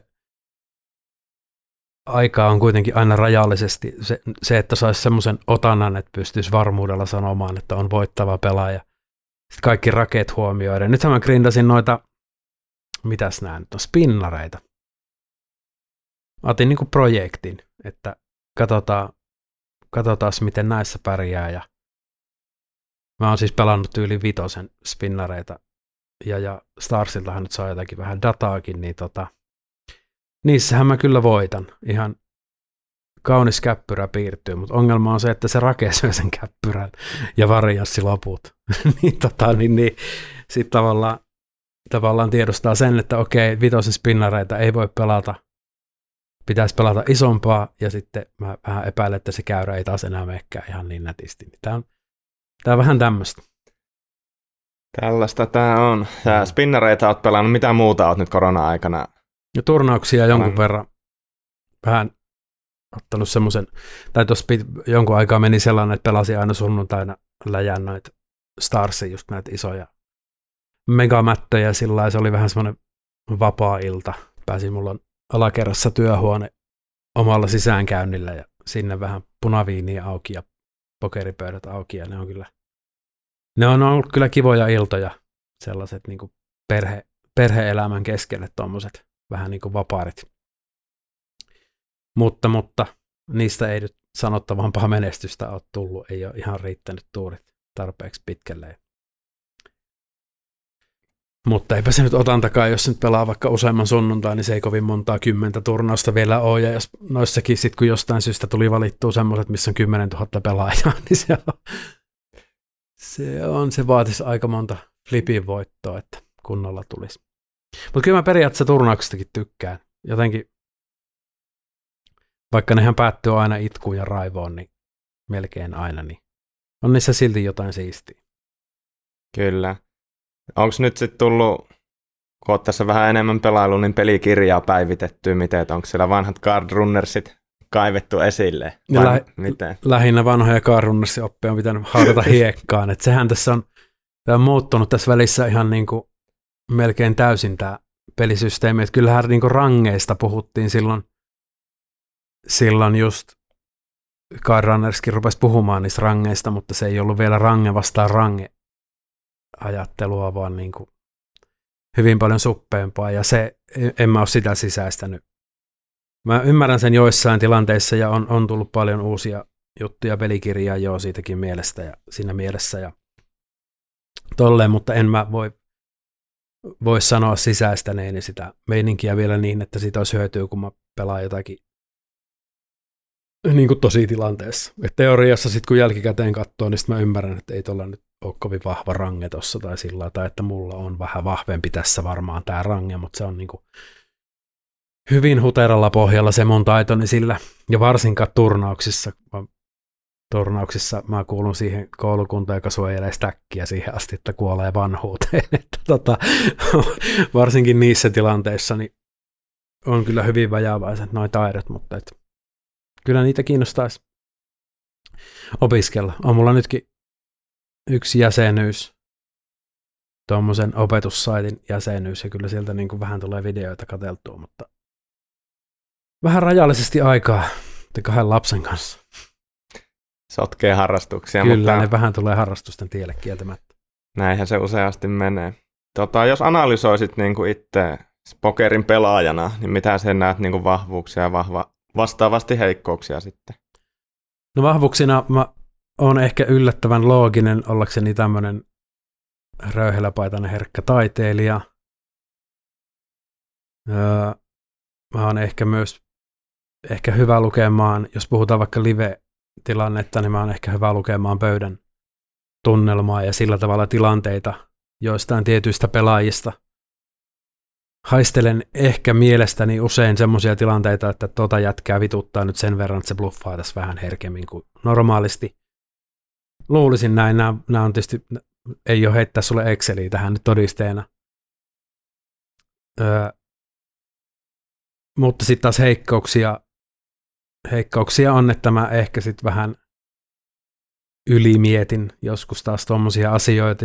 aika on kuitenkin aina rajallisesti se että saisi semmoisen otannan, että pystyisi varmuudella sanomaan, että on voittava pelaaja. Sitten kaikki rakeet huomioiden. Nythän mä grindasin noita, mitäs nää nyt on, spinnareita. Mä otin niin kuin projektin, että katsotaan miten näissä pärjää. Ja mä oon siis pelannut yli 5 spinnareita ja Starsiltahan nyt saa jotakin vähän dataakin, niin niissähän mä kyllä voitan. Ihan kaunis käppyrä piirtyy, mutta ongelma on se, että se rake syö sen käppyrän ja varianssilaput. niin sitten tavallaan tiedostaa sen, että okei, 5 spinnareita ei voi pelata. Pitäisi pelata isompaa, ja sitten mä vähän epäilen, että se käyrä ei taas enää menekään ihan niin nätisti. Tää on vähän tämmöistä. Tällaista tää on. Ja spinnareita oot pelannut, mitä muuta oot nyt korona-aikana? Ja turnauksia jonkun verran. Vähän ottanut semmoisen, tai tuossa jonkun aikaa meni sellainen, että pelasin aina sunnuntaina läjään noita Starsia, just näitä isoja megamättöjä, sillä se oli vähän semmoinen vapaa-ilta. Mulla on alakerrassa työhuone omalla sisäänkäynnillä ja sinne vähän punaviiniä auki ja pokeripöydät auki ja ne on ollut kyllä kivoja iltoja, sellaiset niin kuin perhe-elämän keskelle tommoset vähän niin kuin vapaarit. Mutta niistä ei nyt sanottavampaa menestystä ole tullut, ei ole ihan riittänyt tuurit tarpeeksi pitkälle. Mutta eipä se nyt otantakaan, jos nyt pelaa vaikka useamman sunnuntai, niin se ei kovin montaa 10 turnausta vielä ole. Ja jos noissakin sitten, kun jostain syystä tuli valittua semmoiset, missä on 10 000 pelaajaa, niin se vaatisi aika monta flipin voittoa, että kunnolla tulisi. Mutta kyllä mä periaatteessa turnauksestakin tykkään. Jotenkin, vaikka nehän päättyy aina itkuun ja raivoon, niin melkein aina, niin on niissä silti jotain siistiä. Kyllä. Onko nyt sitten tullut, kun olet tässä vähän enemmän pelailu, niin pelikirjaa päivitettyä, miten, että onko siellä vanhat cardrunnersit kaivettu esille? Miten? Lähinnä vanhoja cardrunnersin oppeja on pitänyt haudata hiekkaan. Et sehän tässä on muuttunut tässä välissä ihan niin kuin melkein täysin tämä pelisysteemi. Et kyllähän niin kuin rangeista puhuttiin silloin just cardrunnerskin rupesi puhumaan niistä rangeista, mutta se ei ollut vielä range vastaan range ajattelua, vaan niin kuin hyvin paljon suppeampaa, ja en mä ole sitä sisäistänyt. Mä ymmärrän sen joissain tilanteissa, ja on tullut paljon uusia juttuja pelikirjaa jo siitäkin mielestä ja siinä mielessä ja tolleen, mutta en mä voi sanoa sisäistäneeni sitä meininkiä vielä niin, että siitä olisi hyötyä, kun mä pelaan jotakin niin kuin tosi tilanteessa. Et teoriassa sitten kun jälkikäteen katsoo, niin sit mä ymmärrän, että ei tuolla nyt ole kovin vahva range tossa tai sillä, tai että mulla on vähän vahvempi tässä varmaan tää range, mutta se on niin kuin hyvin huteralla pohjalla se mun taitoni sillä, ja varsinkaan turnauksissa mä kuulun siihen koulukuntaan, joka suojelee stäkkiä siihen asti, että kuolee vanhuuteen, että varsinkin niissä tilanteissa niin on kyllä hyvin vajavaiset noi taidot, mutta kyllä niitä kiinnostaisi opiskella. On mulla nytkin yksi jäsenyys, tuommoisen opetussaitin jäsenyys, ja kyllä sieltä niin kuin vähän tulee videoita katseltua, mutta vähän rajallisesti aikaa 2 lapsen kanssa. Sotkee harrastuksia. Kyllä, mutta ne vähän tulee harrastusten tielle kieltämättä. Näinhän se useasti menee. Jos analysoisit niin kuin itse pokerin pelaajana, niin mitä sen näet niin kuin vahvuuksia ja vastaavasti heikkouksia sitten? No vahvuuksina mä oon ehkä yllättävän looginen ollakseni tämmönen röyheläpaitainen herkkä taiteilija. Mä oon ehkä myös hyvä lukemaan, jos puhutaan vaikka live-tilannetta, niin mä oon ehkä hyvä lukemaan pöydän tunnelmaa ja sillä tavalla tilanteita joistain tietyistä pelaajista. Haistelen ehkä mielestäni usein semmoisia tilanteita, että jätkää vituttaa nyt sen verran, että se bluffaa tässä vähän herkemmin kuin normaalisti. Luulisin näin, nämä on tietysti, ei ole heittää sulle Exceliä tähän nyt todisteena. Mutta sitten taas heikkouksia on, että mä ehkä sitten vähän ylimietin joskus taas tommosia asioita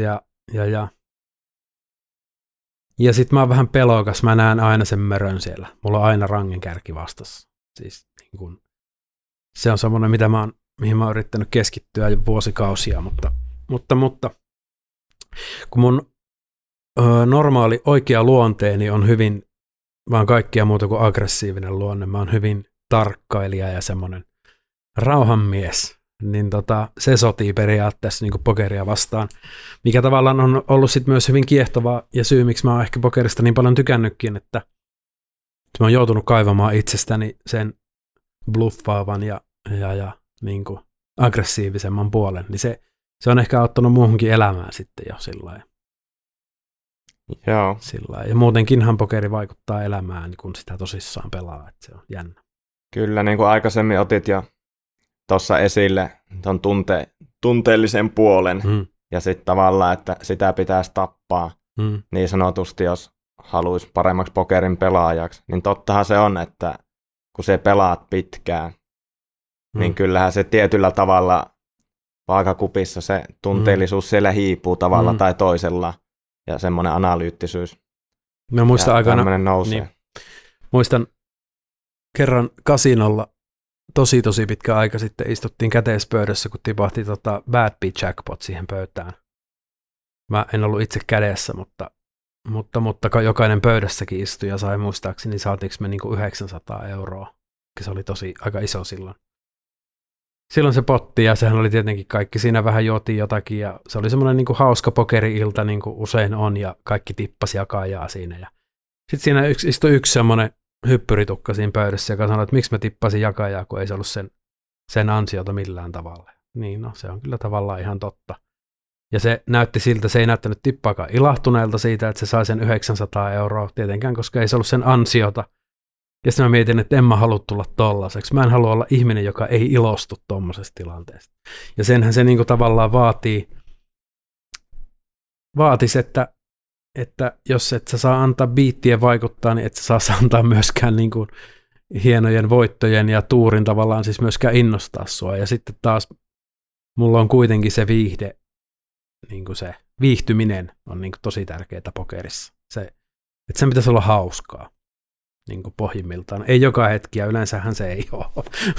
ja sitten mä oon vähän pelokas, mä näen aina sen mörön siellä. Mulla on aina rangen kärki vastassa. Siis, niin kun, se on semmoinen, mihin mä oon yrittänyt keskittyä jo vuosikausia, mutta kun mun normaali oikea luonteeni on hyvin, mä oon kaikkia muuta kuin aggressiivinen luonne, mä oon hyvin tarkkailija ja semmoinen rauhanmies, niin se sotii periaatteessa niin kuin pokeria vastaan, mikä tavallaan on ollut sit myös hyvin kiehtovaa ja syy, miksi mä oon ehkä pokerista niin paljon tykännytkin, että mä oon joutunut kaivamaan itsestäni sen bluffaavan ja niin kuin aggressiivisemman puolen, niin se on ehkä auttanut muuhunkin elämään sitten jo sillä Joo. Ja muutenkinhan pokeri vaikuttaa elämään, kun sitä tosissaan pelaa, että se on jännä. Kyllä, niin kuin aikaisemmin otit jo tuossa esille tuon tunteellisen puolen, ja sitten tavallaan, että sitä pitäisi tappaa niin sanotusti, jos haluaisi paremmaksi pokerin pelaajaksi, niin tottahan se on, että kun se pelaat pitkään, niin kyllähän se tietyllä tavalla vaakakupissa se tunteellisuus siellä hiipuu tavalla tai toisella, ja semmoinen analyyttisyys. Mä muistan aikana, nousee. Niin, muistan kerran kasinolla tosi pitkä aika sitten istuttiin käteispöydässä, kun tipahti Bad Beat Jackpot siihen pöytään. Mä en ollut itse kädessä, mutta jokainen pöydässäkin istui ja sai muistaakseni, saatiinko me niinku 900 €. Se oli aika iso silloin. Silloin se potti, ja sehän oli tietenkin kaikki, siinä vähän juotiin jotakin, ja se oli semmoinen niin kuin hauska pokeri-ilta, niin kuin usein on, ja kaikki tippasi jakajaa siinä. Ja sitten siinä istui yksi semmoinen hyppyritukka siinä pöydässä, joka sanoi, että miksi mä tippasin jakajaa, kun ei se ollut sen ansiota millään tavalla. Niin, no se on kyllä tavallaan ihan totta. Ja se näytti siltä, se ei näyttänyt tippaakaan ilahtuneelta siitä, että se sai sen 900 € tietenkään, koska ei se ollut sen ansiota. Ja sitten mä mietin, että en mä halua tulla tollaiseksi. Mä en halua olla ihminen, joka ei ilostu tommosesta tilanteesta. Ja senhän se niinku tavallaan vaatisi, että jos et sä saa antaa biittien vaikuttaa, niin et sä saa antaa myöskään niinku hienojen voittojen ja tuurin tavallaan siis myöskään innostaa sua. Ja sitten taas mulla on kuitenkin se viihde, niinku se viihtyminen on niinku tosi tärkeää pokerissa. Että sen pitäisi olla hauskaa. Niin kuin pohjimmiltaan. Ei joka hetki, ja yleensähän se ei ole.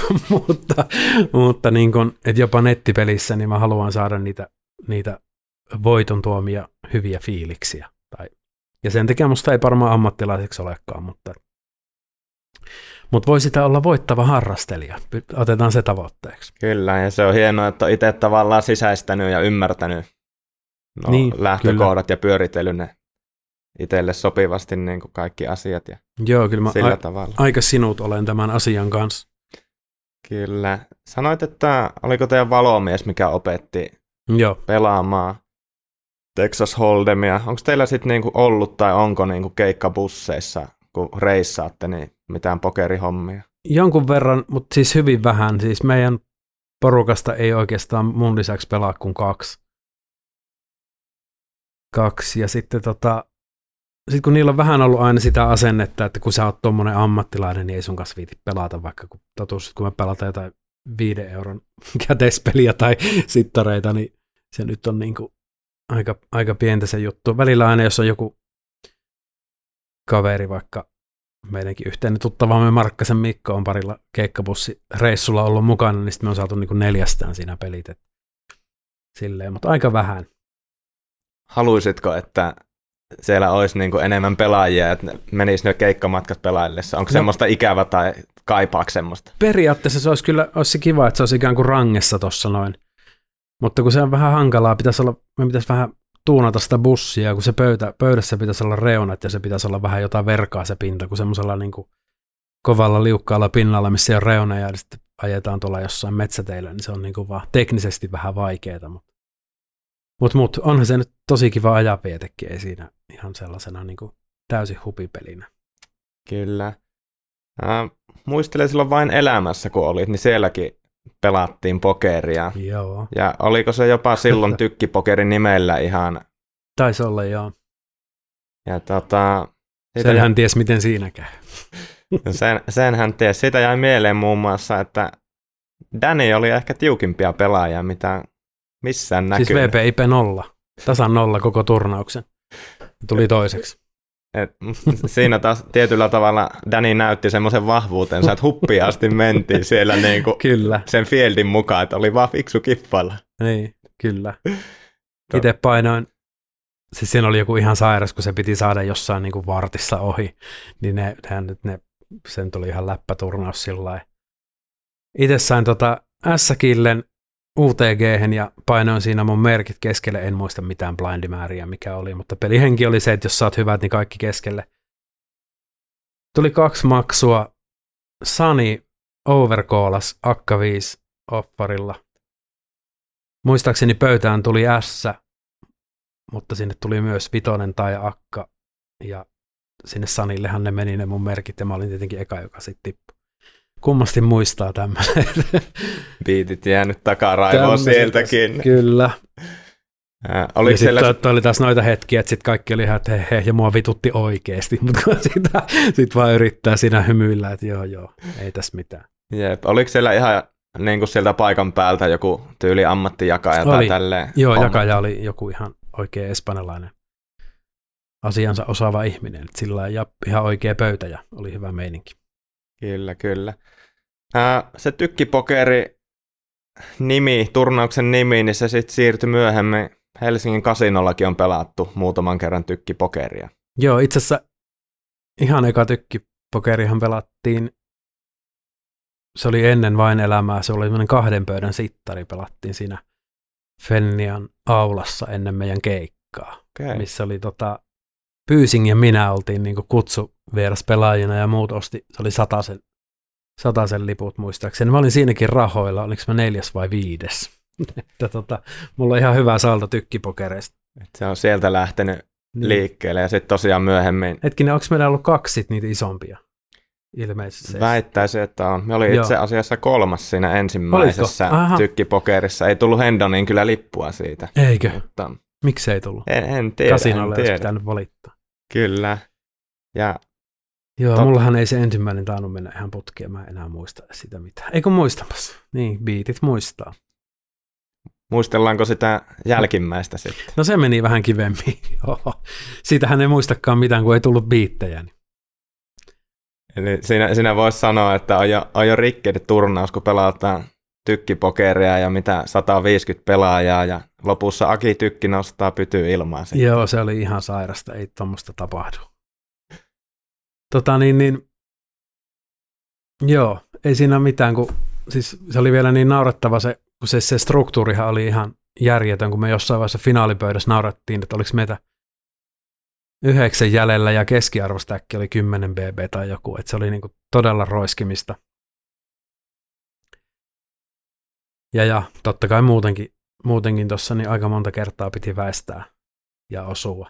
mutta niin kuin, että jopa nettipelissä niin mä haluan saada niitä voiton tuomia hyviä fiiliksiä. Ja sen takia musta ei varmaan ammattilaiseksi olekaan, mutta voi sitä olla voittava harrastelija. Otetaan se tavoitteeksi. Kyllä, ja se on hienoa, että on itse tavallaan sisäistänyt ja ymmärtänyt lähtökohdat ja pyöritellyt ne itselle sopivasti niin kuin kaikki asiat ja joo, kyllä mä sillä tavalla. Aika sinut olen tämän asian kanssa. Kyllä. Sanoit, että oliko teidän valomies, mikä opetti pelaamaan Texas Hold'emia. Onko teillä sitten niinku ollut tai onko niinku keikkabusseissa, kun reissaatte, niin mitään pokerihommia? Jonkun verran, mutta siis hyvin vähän. Siis meidän porukasta ei oikeastaan mun lisäksi pelaa kuin kaksi. Ja sitten kun niillä on vähän ollut aina sitä asennetta, että kun sä oot tommonen ammattilainen, niin ei sun kanssa viiti pelata, vaikka kun me pelataan jotain 5 € käteispeliä tai sittareita, niin se nyt on niinku aika pientä se juttu. Välillä aina, jos on joku kaveri, vaikka meidänkin yhteinen tuttavamme Markkasen Mikko on parilla keikkabussireissulla ollut mukana, niin sitten me on saatu niinku 4 siinä pelit. Silleen, mutta aika vähän. Haluaisitko, että siellä olisi niin kuin enemmän pelaajia, että menisivät ne keikkamatkat pelaillessa? Onko semmoista ikävä tai kaipaako semmoista? Periaatteessa se olisi kiva, että se olisi ikään kuin rangessa tuossa noin. Mutta kun se on vähän hankalaa, me pitäisi vähän tuunata sitä bussia, kun se pöydässä pitäisi olla reunat ja se pitäisi olla vähän jotain verkaa se pinta, kun semmoisella niin kuin kovalla liukkaalla pinnalla, missä on reunoja ja sitten ajetaan tuolla jossain metsäteillä, niin se on niin kuin vaan teknisesti vähän vaikeaa. Mutta onhan se nyt tosi kiva ajanvietekin, ei siinä ihan sellaisena niin kuin täysin hupipelinä. Kyllä. Muistelen silloin Vain elämässä, kun olit, niin sielläkin pelattiin pokeria. Joo. Ja oliko se jopa silloin tykkipokerin nimellä ihan? Taisi olla, joo. Ja senhän ties, miten siinä käy. Senhän ties. Siitä jäi mieleen muun muassa, että Danny oli ehkä tiukimpia pelaajia, mitä missään näkyy. Siis VPIP 0. Tasan 0 koko turnauksen. Tuli toiseksi. Siinä taas tietyllä tavalla Danny näytti semmoisen vahvuutensa, että huppiin asti mentiin siellä niinku kyllä. Sen fieldin mukaan, että oli vaan fiksu kippalla. Niin, kyllä. Itse painoin, siis siinä oli joku ihan sairas, kun se piti saada jossain niinku vartissa ohi, niin sen tuli ihan läppäturnaus sillä lailla. Itse sain S-killen UTG:hen ja painoin siinä mun merkit keskelle, en muista mitään blindimääriä mikä oli, mutta pelihenki oli se, että jos sä oot hyvät, niin kaikki keskelle. Tuli 2 maksua, Sani overcallas akka 5 offarilla. Muistaakseni pöytään tuli S, mutta sinne tuli myös 5 tai akka, ja sinne Sanillehan ne meni ne mun merkit, ja mä olin tietenkin eka, joka sitten tippui. Kummasti muistaa tämmöinen. Biitit jäänyt takaraivoon sieltäkin. Kyllä. Ja sitten oli taas noita hetkiä, että sitten kaikki oli ihan, että he, ja mua vitutti oikeasti, mutta sitten vaan yrittää siinä hymyillä, että joo, ei tässä mitään. Jep. Oliko siellä ihan niin kuin sieltä paikan päältä joku tyyli ammattijakaja tai tälleen? Joo, jakaja oli joku ihan oikea espanjalainen asiansa osaava ihminen, että sillä ja ihan oikea pöytä ja oli hyvä meininki. Kyllä. Se tykkipokeri nimi, turnauksen nimi, niin se sitten siirtyi myöhemmin. Helsingin kasinollakin on pelattu muutaman kerran tykkipokeria. Joo, itse asiassa ihan eka tykkipokerihan pelattiin, se oli ennen Vain elämää, se oli 2 pöydän sittari, pelattiin siinä Fennian aulassa ennen meidän keikkaa, missä oli Pyysing ja minä oltiin niinku kutsuvieras-pelaajina ja muut osti, se oli 100 liput muistaakseni. Mä olin siinäkin rahoilla, oliko mä 4. vai 5. että mulla on ihan hyvä saldo tykkipokereista. Se on sieltä lähtenyt liikkeelle ja sitten tosiaan myöhemmin. Hetkinen, onko meillä ollut 2 niitä isompia? Ilmeisesti. Väittäisin, että on. Me oli itse asiassa 3. siinä ensimmäisessä tykkipokerissa. Ei tullut Hendoniin kyllä lippua siitä. Eikö? Mutta miksi ei tullut? En tiedä. Kasinolle olisi pitänyt valittaa. Kyllä. Ja mullahan ei se ensimmäinen tainnut mennä ihan putkeen. Mä en enää muista sitä mitään. Eikö muistamassa? Niin, biitit muistaa. Muistellaanko sitä jälkimmäistä sitten? No se meni vähän kivemmin. Siitähän ei muistakaan mitään, kun ei tullut biittejä. Eli siinä voisi sanoa, että on jo rikkeiden turnaus, kun pelataan tykkipokeria ja mitä 150 pelaajaa ja lopussa Aki Tykki nostaa pytyy ilmaan. Sitten. Joo, se oli ihan sairasta, ei tuommoista tapahdu. Joo, ei siinä mitään, kun siis se oli vielä niin naurettava kun se struktuurihan oli ihan järjetön, kun me jossain vaiheessa finaalipöydässä naurattiin, että oliko meitä 9 jäljellä ja keskiarvostäkki oli 10 BB tai joku, että se oli niinku todella roiskimista. Ja totta kai muutenkin tuossa niin aika monta kertaa piti väistää ja osua.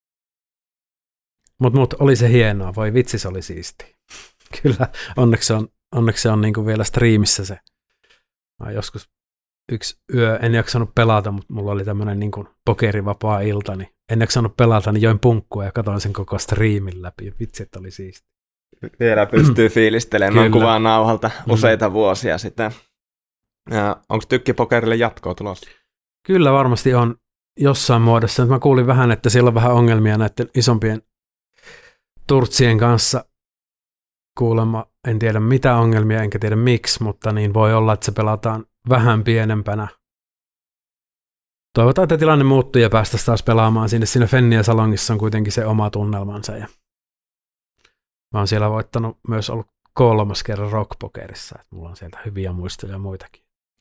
Mut oli se hienoa, voi vitsi se oli siistiä. Kyllä, onneksi se on niinku vielä striimissä se. Mä joskus yksi yö en jaksanut pelata, mutta mulla oli tämmöinen niinku pokerivapaa ilta, niin en jaksanut pelata, niin join punkkua ja katsoin sen koko striimin läpi. Vitsi, että oli siistiä. Vielä pystyy fiilistelemään kuvaa nauhalta useita vuosia sitten. Onko tykkipokerille jatkoa tulossa? Kyllä varmasti on jossain muodossa. Mä kuulin vähän, että siellä on vähän ongelmia näiden isompien turtsien kanssa. Kuulemma en tiedä mitä ongelmia, enkä tiedä miksi, mutta niin voi olla, että se pelataan vähän pienempänä. Toivotaan, että tilanne muuttuu ja päästäisiin taas pelaamaan sinne. Siinä Fennia Salongissa on kuitenkin se oma tunnelmansa. Ja mä oon siellä voittanut myös ollut 3. kerran rockpokerissa. Mulla on sieltä hyviä muistoja muitakin.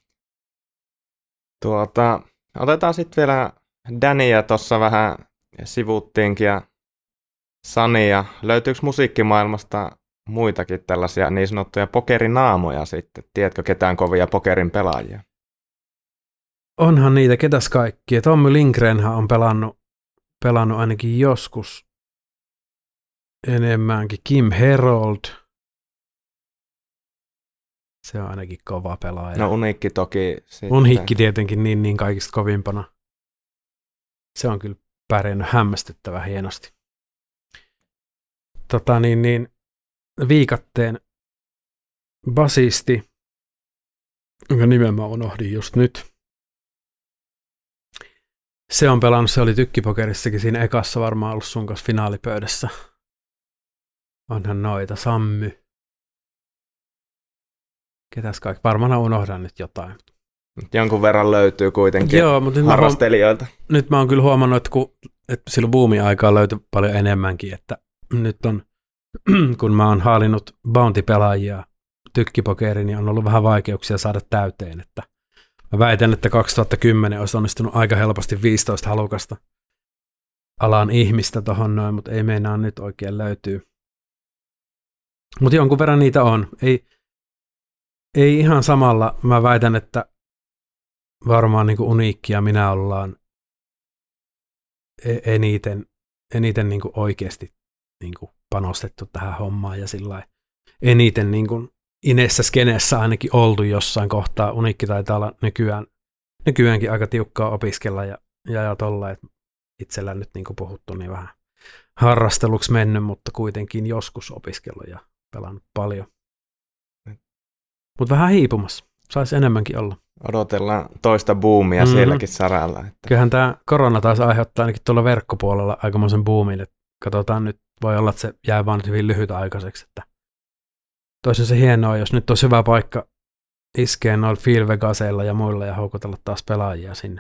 Otetaan sitten vielä Dania tuossa vähän sivuttiinkin ja Sania. Löytyykö musiikkimaailmasta muitakin tällaisia niin sanottuja pokerinaamoja sitten? Tiedätkö ketään kovia pokerin pelaajia? Onhan niitä, ketäs kaikkia. Tommy Lindgrenhan on pelannut ainakin joskus enemmänkin. Kim Herold. Se on ainakin kova pelaaja. No Unikki toki. Sitten. Unikki tietenkin niin kaikista kovimpana. Se on kyllä pärjännyt hämmästyttävän hienosti. Viikatteen basisti, jonka nimen mä unohdin just nyt. Se on pelannut, se oli tykkipokerissakin siinä ekassa varmaan ollut sun kanssa finaalipöydässä. Onhan noita, Sammy. Ketäs kaikki? Varmaan unohdan nyt jotain. Jonkun verran löytyy kuitenkin harrastelijoilta. Nyt mä oon kyllä huomannut, että silloin boomin aikaa löytyy paljon enemmänkin, että nyt on, kun mä oon haalinnut bounty-pelaajia tykkipokerin, niin on ollut vähän vaikeuksia saada täyteen, että mä väitän, että 2010 olisi onnistunut aika helposti 15 halukasta alan ihmistä tohon noin, mutta ei meinaa nyt oikein löytyy. Mutta jonkun verran niitä on. Ei ihan samalla. Mä väitän, että varmaan niin kuin Uniikki ja minä ollaan eniten niin kuin oikeasti niin kuin panostettu tähän hommaan ja sillä eniten niin kuin inessä skeneessä ainakin oltu jossain kohtaa. Uniikki taitaa olla nykyäänkin aika tiukkaa opiskella ja tolla, että itsellä nyt niin kuin puhuttu niin vähän harrasteluksi mennyt, mutta kuitenkin joskus opiskellut ja pelannut paljon. Mutta vähän hiipumassa. Saisi enemmänkin olla. Odotellaan toista boomia sielläkin saralla. Että. Kyllähän tämä korona taas aiheuttaa ainakin tuolla verkkopuolella aikamoisen boomin. Että katsotaan nyt, voi olla, että se jää vaan nyt hyvin lyhytaikaiseksi. Että toisin se hienoa, jos nyt olisi hyvä paikka iskee noilla Field Vegaseilla ja muilla ja houkutella taas pelaajia sinne.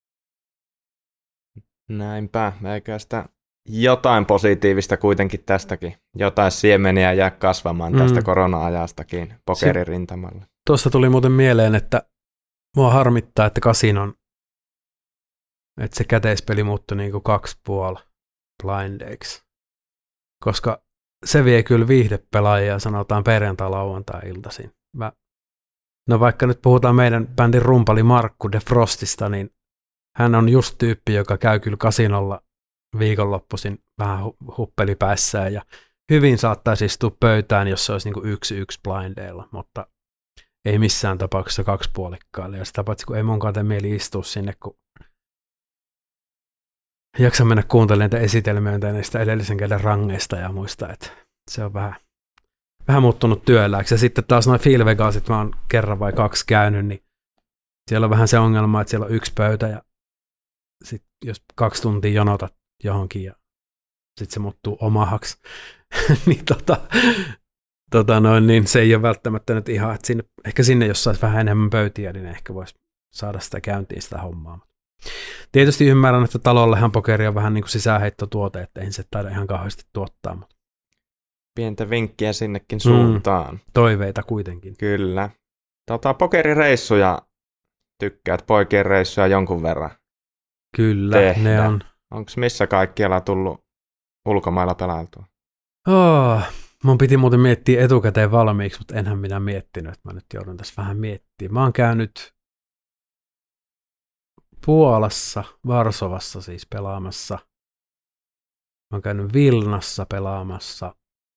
Näinpä, eikä sitä jotain positiivista kuitenkin tästäkin. Jotain siemeniä jää kasvamaan tästä korona-ajastakin pokeririntamalla. Tuosta tuli muuten mieleen, että mua harmittaa, että kasinon, että se käteispeli muuttui niin kuin 2,5 blindeiksi. Koska se vie kyllä viihdepelaajia, sanotaan perjantai-lauantai-iltaisin. No vaikka nyt puhutaan meidän bändin rumpali Markku De Frostista, niin hän on just tyyppi, joka käy kyllä kasinolla viikonloppuisin vähän huppelipäissään ja hyvin saattaisi istua pöytään, jos se olisi niin 1-1 blindeilla, mutta ei missään tapauksessa 2 puolikkaille. Ja sitä paitsi, kun ei munkaan tee mieli istua sinne, kun jaksa mennä kuuntelemaan näitä esitelmiä näistä edellisen käden rangeista ja muista, että se on vähän muuttunut työeläksi. Ja sitten taas noin Feel Vegasit, mä oon kerran vai 2 käynyt, niin siellä on vähän se ongelma, että siellä on 1 pöytä ja sitten jos 2 tuntia jonotat johonkin ja sitten se muuttuu omahaksi, niin, niin se ei ole välttämättä nyt ihan, että ehkä sinne jos saisi vähän enemmän pöytiä, niin ehkä voisi saada sitä käyntiin sitä hommaa. Tietysti ymmärrän, että talollehan pokeri on vähän niin kuin sisäänheittotuote, että ei se taida ihan kauheasti tuottaa. Mutta pientä vinkkiä sinnekin suuntaan. Toiveita kuitenkin. Kyllä. Pokerireissuja tykkäät, poikien reissuja jonkun verran. Kyllä, tehdä. Ne on. Onko missä kaikkialla tullut ulkomailla pelailtua? Mun piti muuten miettiä etukäteen valmiiksi, mutta enhän minä miettinyt, että mä nyt joudun tässä vähän miettimään. Mä oon käynyt Puolassa, Varsovassa siis pelaamassa. Mä oon käynyt Vilnassa pelaamassa.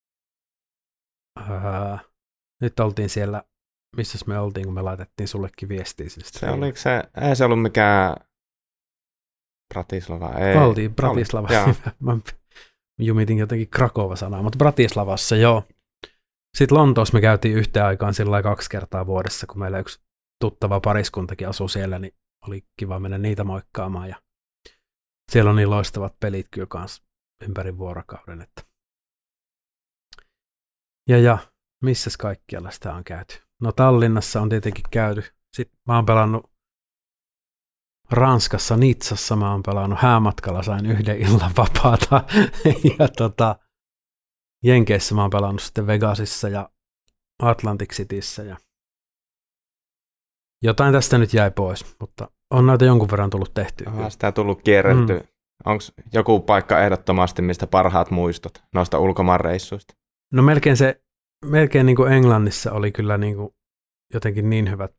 Nyt oltiin siellä, missä me oltiin, kun me laitettiin sullekin viestiä. Ei se ollut mikään Bratislava. Ei. Oltiin Bratislava. Mä jumitin jotenkin Krakova-sanaa, mutta Bratislavassa joo. Sitten Lontoossa me käytiin yhteen aikaan sillä 2 kertaa vuodessa, kun meillä yksi tuttava pariskuntakin asui siellä, niin oli kiva mennä niitä moikkaamaan. Ja siellä on niin loistavat pelit kyllä kanssa ympäri vuorokauden. Että. Ja missäs kaikkialla sitä on käyty? No Tallinnassa on tietenkin käyty. Sitten mä oon pelannut Ranskassa, Nitsassa mä oon pelannut häämatkalla, sain 1 illan vapaata. Ja Jenkeissä mä oon pelannut sitten Vegasissa ja Atlantic Cityssä. Ja jotain tästä nyt jäi pois, mutta on näitä jonkun verran tullut tehtyä. Sitä tullut kierreltyä. Onko joku paikka ehdottomasti, mistä parhaat muistot noista ulkomaanreissuista? No melkein niin kuin Englannissa oli kyllä niin kuin jotenkin niin hyvät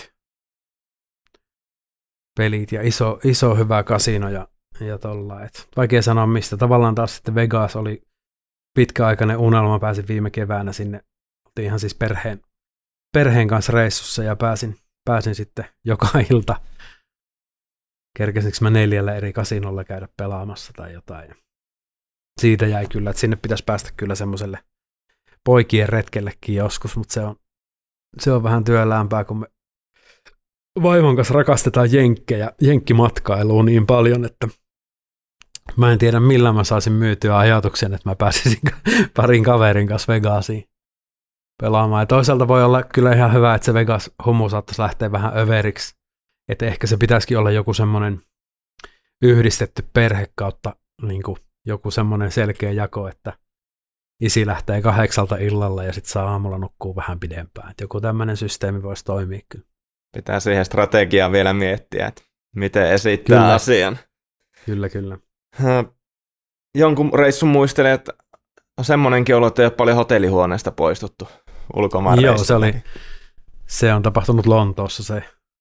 pelit ja iso hyvä kasino ja tolla. Et vaikea sanoa mistä. Tavallaan taas sitten Vegas oli pitkäaikainen unelma. Pääsin viime keväänä sinne. Oltiin ihan siis perheen kanssa reissussa ja pääsin sitten joka ilta. Kerkesinkö mä 4 eri kasinolla käydä pelaamassa tai jotain. Ja siitä jäi kyllä, että sinne pitäisi päästä kyllä semmoiselle poikien retkellekin joskus, mutta se on vähän työläämpää, kun me vaimon kanssa rakastetaan jenkkimatkailua niin paljon, että mä en tiedä millä mä saisin myytyä ajatuksen, että mä pääsisin parin kaverin kanssa Vegasiin pelaamaan. Ja toisaalta voi olla kyllä ihan hyvä, että se Vegas-humu saattaisi lähteä vähän överiksi, että ehkä se pitäisikin olla joku semmoinen yhdistetty perhe kautta niin kuin joku semmoinen selkeä jako, että isi lähtee 8 illalla ja sitten saa aamulla nukkuu vähän pidempään. Että joku tämmöinen systeemi voisi toimia kyllä. Pitää siihen strategiaa vielä miettiä, että miten esittää kyllä asian. Kyllä. Jonkun reissun muistelee, että on semmoinenkin ollut, että ei ole paljon hotellihuoneesta poistuttu ulkomaan reissulla. Joo, se on tapahtunut Lontoossa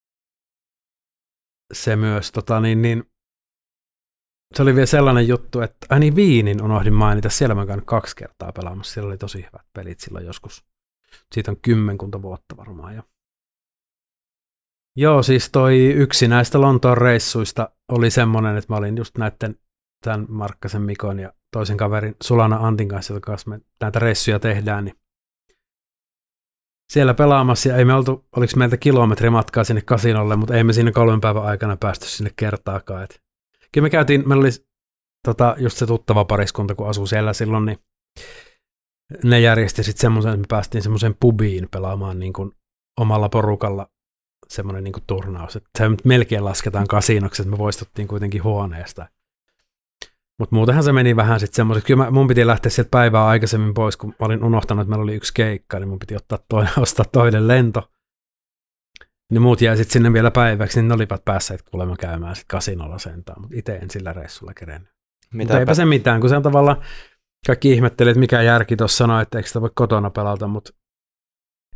se myös. Se oli vielä sellainen juttu, että Wienin unohdin mainita. Siellä mä käynyt 2 kertaa pelaamassa. Siellä oli tosi hyvät pelit silloin joskus. Siitä on 10 vuotta varmaan jo. Joo, siis yksi näistä Lontoon reissuista oli semmoinen, että mä olin just tämän Markkasen Mikon ja toisen kaverin Sulana Antin kanssa, jonka kanssa me näitä reissuja tehdään, niin siellä pelaamassa ja ei me oliko meiltä kilometrimatkaa sinne kasinolle, mutta ei me siinä 3 päivän aikana päästy sinne kertaakaan. Kyllä meillä oli just se tuttava pariskunta, kun asui siellä silloin, niin ne järjesti sitten semmoisen, että me päästiin semmoiseen pubiin pelaamaan niin kuin omalla porukalla semmoinen niin kuin turnaus. Että se melkein lasketaan kasinoksi, että me poistuttiin kuitenkin huoneesta. Mutta muutenhan se meni vähän sitten semmoiseksi. Kyllä mun piti lähteä sieltä päivää aikaisemmin pois, kun mä olin unohtanut, että meillä oli 1 keikka, niin mun piti ostaa toinen lento. Niin muut jäi sitten sinne vielä päiväksi, niin ne olivat päässeet kuulemma käymään sitten kasinolla sentään, mutta itse en sillä reissulla kerennyt. Mutta eipä se mitään, kun se on tavallaan, kaikki ihmettelee, että mikä järki tuossa sanoo, että eikö sitä voi kotona pelata, mutta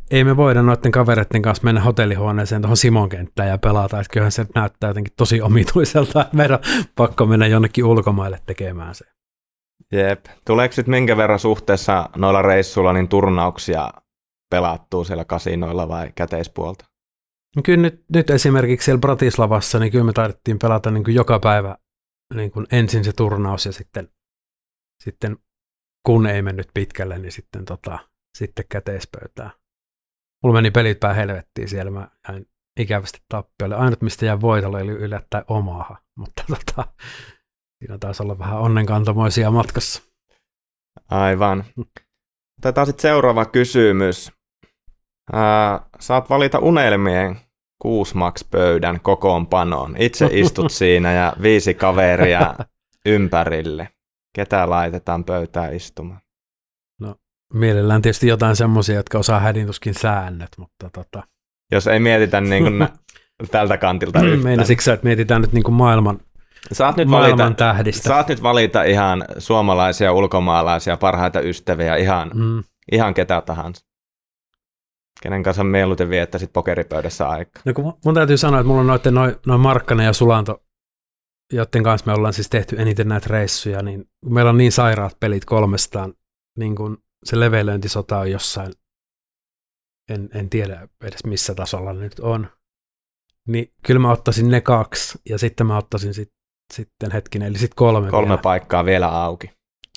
ei me voida noiden kavereiden kanssa mennä hotellihuoneeseen tuohon Simon kenttään ja pelata, että kyllähän se näyttää jotenkin tosi omituiselta, että meidän on pakko mennä jonnekin ulkomaille tekemään se. Jep. Tuleeko sitten minkä verran suhteessa noilla reissuilla niin turnauksia pelattua siellä kasinoilla vai käteispuolta? No kyllä nyt esimerkiksi siellä Bratislavassa, niin kyllä me taidettiin pelata niin kuin joka päivä niin kuin ensin se turnaus ja sitten kun ei mennyt pitkälle, niin sitten käteispöytään. Mulla meni pelit päin helvettiin siellä, mä jäin ikävästi tappiolle. Ainut mistä jäin voitolle oli yllättäen Omaha, mutta siinä taisi olla vähän onnenkantamoisia matkassa. Aivan. Otetaan sitten seuraava kysymys. Saat valita unelmien 6-max-pöydän kokoonpanoon. Itse istut siinä ja 5 kaveria ympärille. Ketä laitetaan pöytään istumaan? No, mielellään tietysti jotain semmoisia, jotka osaa hädintuskin säännöt, mutta Jos ei mietitä niin kuin tältä kantilta yhtään. Meinasitko sä, että mietitään nyt niin kuin maailman tähdistä? Saat nyt valita ihan suomalaisia, ulkomaalaisia, parhaita ystäviä, ihan ketä tahansa. Kenen kanssa mieluiten viettäisit pokeripöydässä aikaa? No kun mun täytyy sanoa, että mulla on noin Markkanen ja Sulanto, joiden kanssa me ollaan siis tehty eniten näitä reissuja, niin meillä on niin sairaat pelit 300, niin kun se levelöintisota on jossain, en tiedä edes missä tasolla nyt on, niin kyllä mä ottaisin ne 2 ja sitten mä ottaisin sitten hetkinen, eli sitten 3 3 vielä. paikkaa vielä auki.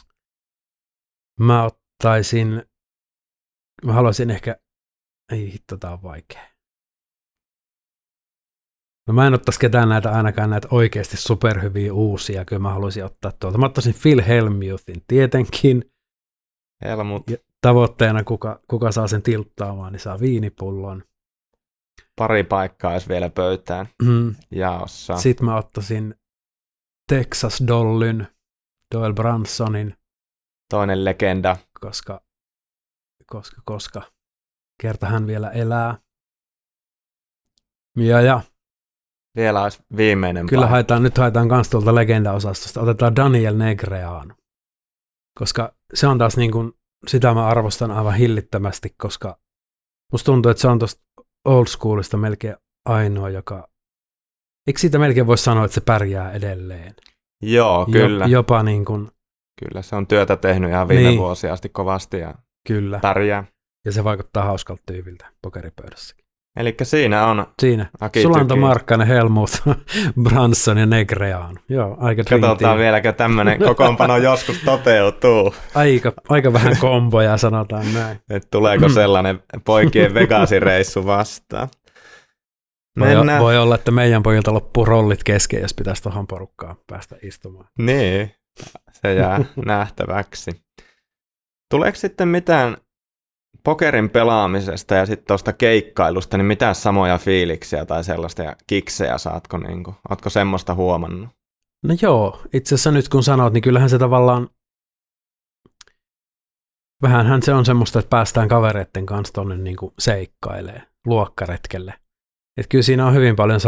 Mä haluaisin ehkä, ei hitto, tää on vaikea. No mä en ottaisi ketään ainakaan näitä oikeasti superhyviä uusia, kyllä mä haluaisin ottaa tuolta. Mä ottaisin Phil Hellmuthin tietenkin. Helmut. Ja tavoitteena kuka saa sen tilttaamaan, niin saa viinipullon. 2 paikkaa olisi vielä pöytään jaossa. Sitten mä ottaisin Texas Dollyn, Doyle Bransonin. Toinen legenda. Koska kerta hän vielä elää. Ja vielä olisi viimeinen kyllä paikka. nyt haetaan myös tuolta legenda-osastosta. Otetaan Daniel Negreanu. Koska se on taas niin kuin, sitä mä arvostan aivan hillittömästi, koska musta tuntuu, että se on tuosta old schoolista melkein ainoa, joka, eikö siitä melkein voi sanoa, että se pärjää edelleen? Joo, kyllä. Jopa niin kuin, kyllä, se on työtä tehnyt ihan viime vuosia asti kovasti ja kyllä. pärjää. Ja se vaikuttaa hauskalta tyyviltä pokeripöydässäkin. Elikkä siinä on Sulanto, Markkanen, Helmut, Branson ja Negreanu. Joo, aika dream katsotaan team. vieläkö tämmöinen kokoonpano joskus toteutuu. Aika vähän komboja, sanotaan näin. Et tuleeko sellainen poikien Vegasin reissu vastaan. Voi olla, että meidän pojilta loppuu rollit kesken, jos pitäisi tuohon porukkaan päästä istumaan. Niin, se jää nähtäväksi. Tuleeko sitten mitään pokerin pelaamisesta ja sitten tuosta keikkailusta, niin mitään samoja fiiliksiä tai sellaista ja kiksejä saatko, ootko semmoista huomannut? No joo, itse asiassa nyt kun sanot, niin kyllähän se tavallaan, vähänhän se on semmoista, että päästään kavereiden kanssa tuonne niin kuin seikkailee, luokkaretkelle. Että kyllä siinä on hyvin paljon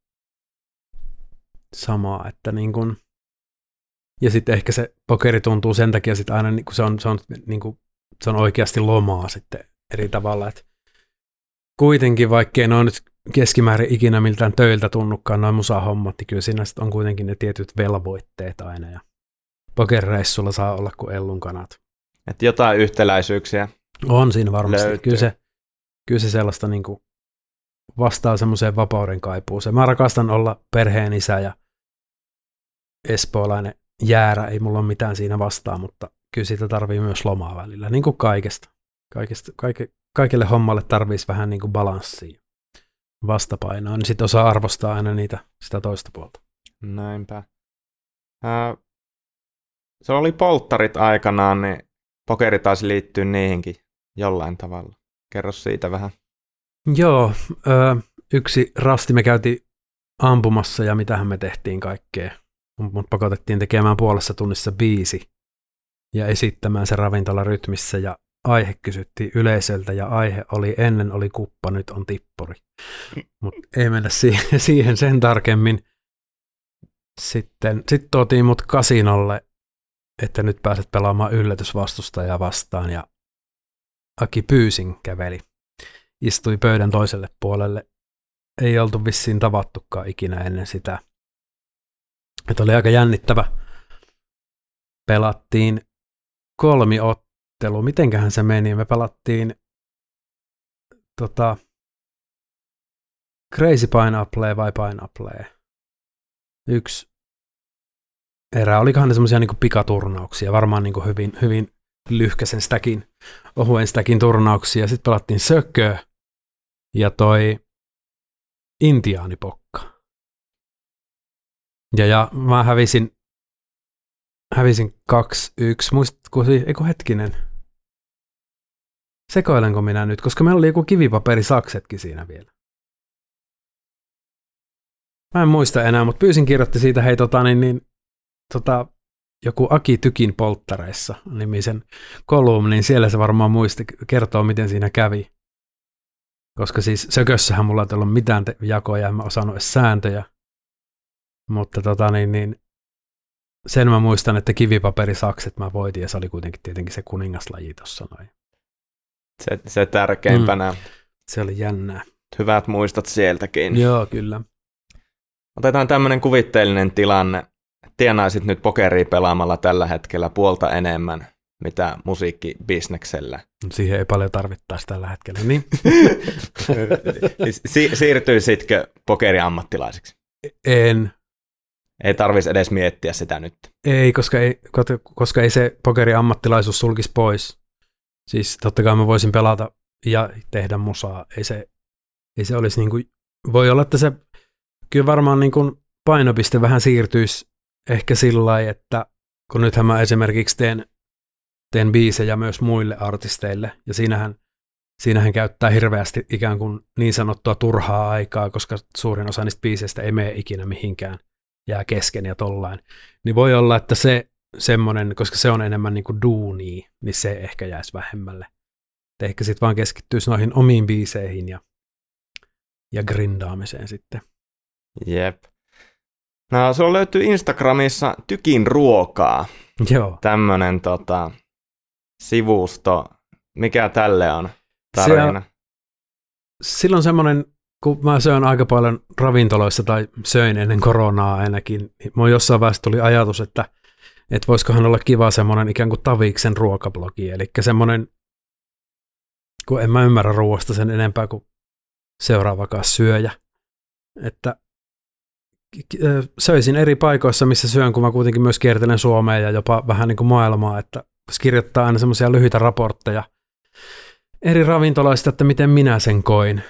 samaa, että niin kuin, ja sitten ehkä se pokeri tuntuu sen takia sitten aina, niin kuin se on oikeasti lomaa sitten eri tavalla, että kuitenkin vaikkei ne on nyt keskimäärin ikinä miltään töiltä tunnukaan noin musahommat, niin kyllä siinä on kuitenkin ne tietyt velvoitteet aina ja pokerireissulla saa olla kuin ellun kanat. Että jotain yhtäläisyyksiä on siinä varmasti. löytyy. Kyllä se sellaista niin kuin vastaa semmoiseen vapauden kaipuuseen. Mä rakastan olla perheen isä ja espoolainen jäärä, ei mulla ole mitään siinä vastaan, mutta kyllä siitä tarvii myös lomaa välillä, niin kuin kaikesta. Kaikelle hommalle tarvitsisi vähän niin kuin balanssia, vastapainoa, niin sitten osaa arvostaa aina sitä toista puolta. Näinpä. Se oli polttarit aikanaan, niin pokeri taisi liittyä niihinkin jollain tavalla. Kerro siitä vähän. Joo, yksi rasti me käytiin ampumassa ja mitähän me tehtiin kaikkea. Mut pakotettiin tekemään puolessa tunnissa biisi ja esittämään se ravintolarytmissä ja aihe kysyttiin yleisöltä ja aihe oli ennen oli kuppa, nyt on tippuri. Mutta ei mennä siihen sen tarkemmin. Sitten tuotiin mut kasinolle, että nyt pääset pelaamaan yllätysvastustajaa vastaan ja Aki Pyysin käveli. istui pöydän toiselle puolelle. Ei oltu vissiin tavattukaan ikinä ennen sitä. Että oli aika jännittävä. Pelattiin 3 ottelua. Mitenköhän se meni? Me pelattiin Crazy Pineapple vai Pineapple. 1 erä. Olikohan ne semmoisia niinku pikaturnauksia, varmaan niinku hyvin lyhkäisen stackin, ohuen stackin turnauksia. Sitten pelattiin Sökö ja toi Intiaanipokka. Ja mä hävisin 2-1. Muistatko, eiku hetkinen. Sekoilenko minä nyt, koska meillä oli joku kivipaperisaksetkin siinä vielä. Mä en muista enää, mutta Pyysin kirjoitti siitä, hei joku Aki Tykin polttareissa nimisen kolumnin, siellä se varmaan kertoo, miten siinä kävi. Koska siis Sökössähän mulla ei ollut mitään jakoja, en mä osannut edes sääntöjä. Mutta sen mä muistan, että kivipaperisakset mä voitin, ja se oli kuitenkin tietenkin se kuningaslaji tossa noin. Se tärkeimpänä. Se oli jännää. Hyvät muistot sieltäkin. Joo, kyllä. Otetaan tämmöinen kuvitteellinen tilanne. Tienaisit nyt pokeria pelaamalla tällä hetkellä puolta enemmän, mitä musiikkibisneksellä. Siihen ei paljon tarvittaisi tällä hetkellä, niin? Siirtyisitkö pokeriammattilaiseksi? En. Ei tarvitsisi edes miettiä sitä nyt. Ei, koska ei se pokeriammattilaisuus sulkisi pois. Siis totta kai mä voisin pelata ja tehdä musaa. Ei se olisi niin kuin, voi olla, että se kyllä varmaan niin kuin painopiste vähän siirtyisi ehkä sillä lailla, että kun nythän mä esimerkiksi teen biisejä myös muille artisteille, ja siinähän käyttää hirveästi ikään kuin niin sanottua turhaa aikaa, koska suurin osa niistä biiseistä ei mene ikinä mihinkään, jää kesken ja tollain. Niin voi olla, että se semmoinen, koska se on enemmän niin kuin duunia, niin se ehkä jäisi vähemmälle. Et ehkä sitten vaan keskittyisi noihin omiin biiseihin ja grindaamiseen sitten. Jep. No, sulla löytyy Instagramissa Tykin ruokaa. Joo. Tämmönen sivusto. Mikä tälle on tarina? Silloin semmoinen, kun mä söin aika paljon ravintoloissa tai söin ennen koronaa ainakin, niin mun jossain vaiheessa tuli ajatus, että voisikohan olla kiva semmoinen ikään kuin Taviksen ruokablogi. Eli semmoinen, kun en mä ymmärrä ruoasta sen enempää kuin seuraavakaan syöjä. Että söisin eri paikoissa, missä syön, kun mä kuitenkin myös kiertelen Suomea ja jopa vähän niin kuin maailmaa, että kirjoittaa aina semmoisia lyhyitä raportteja eri ravintoloista, että miten minä sen koin.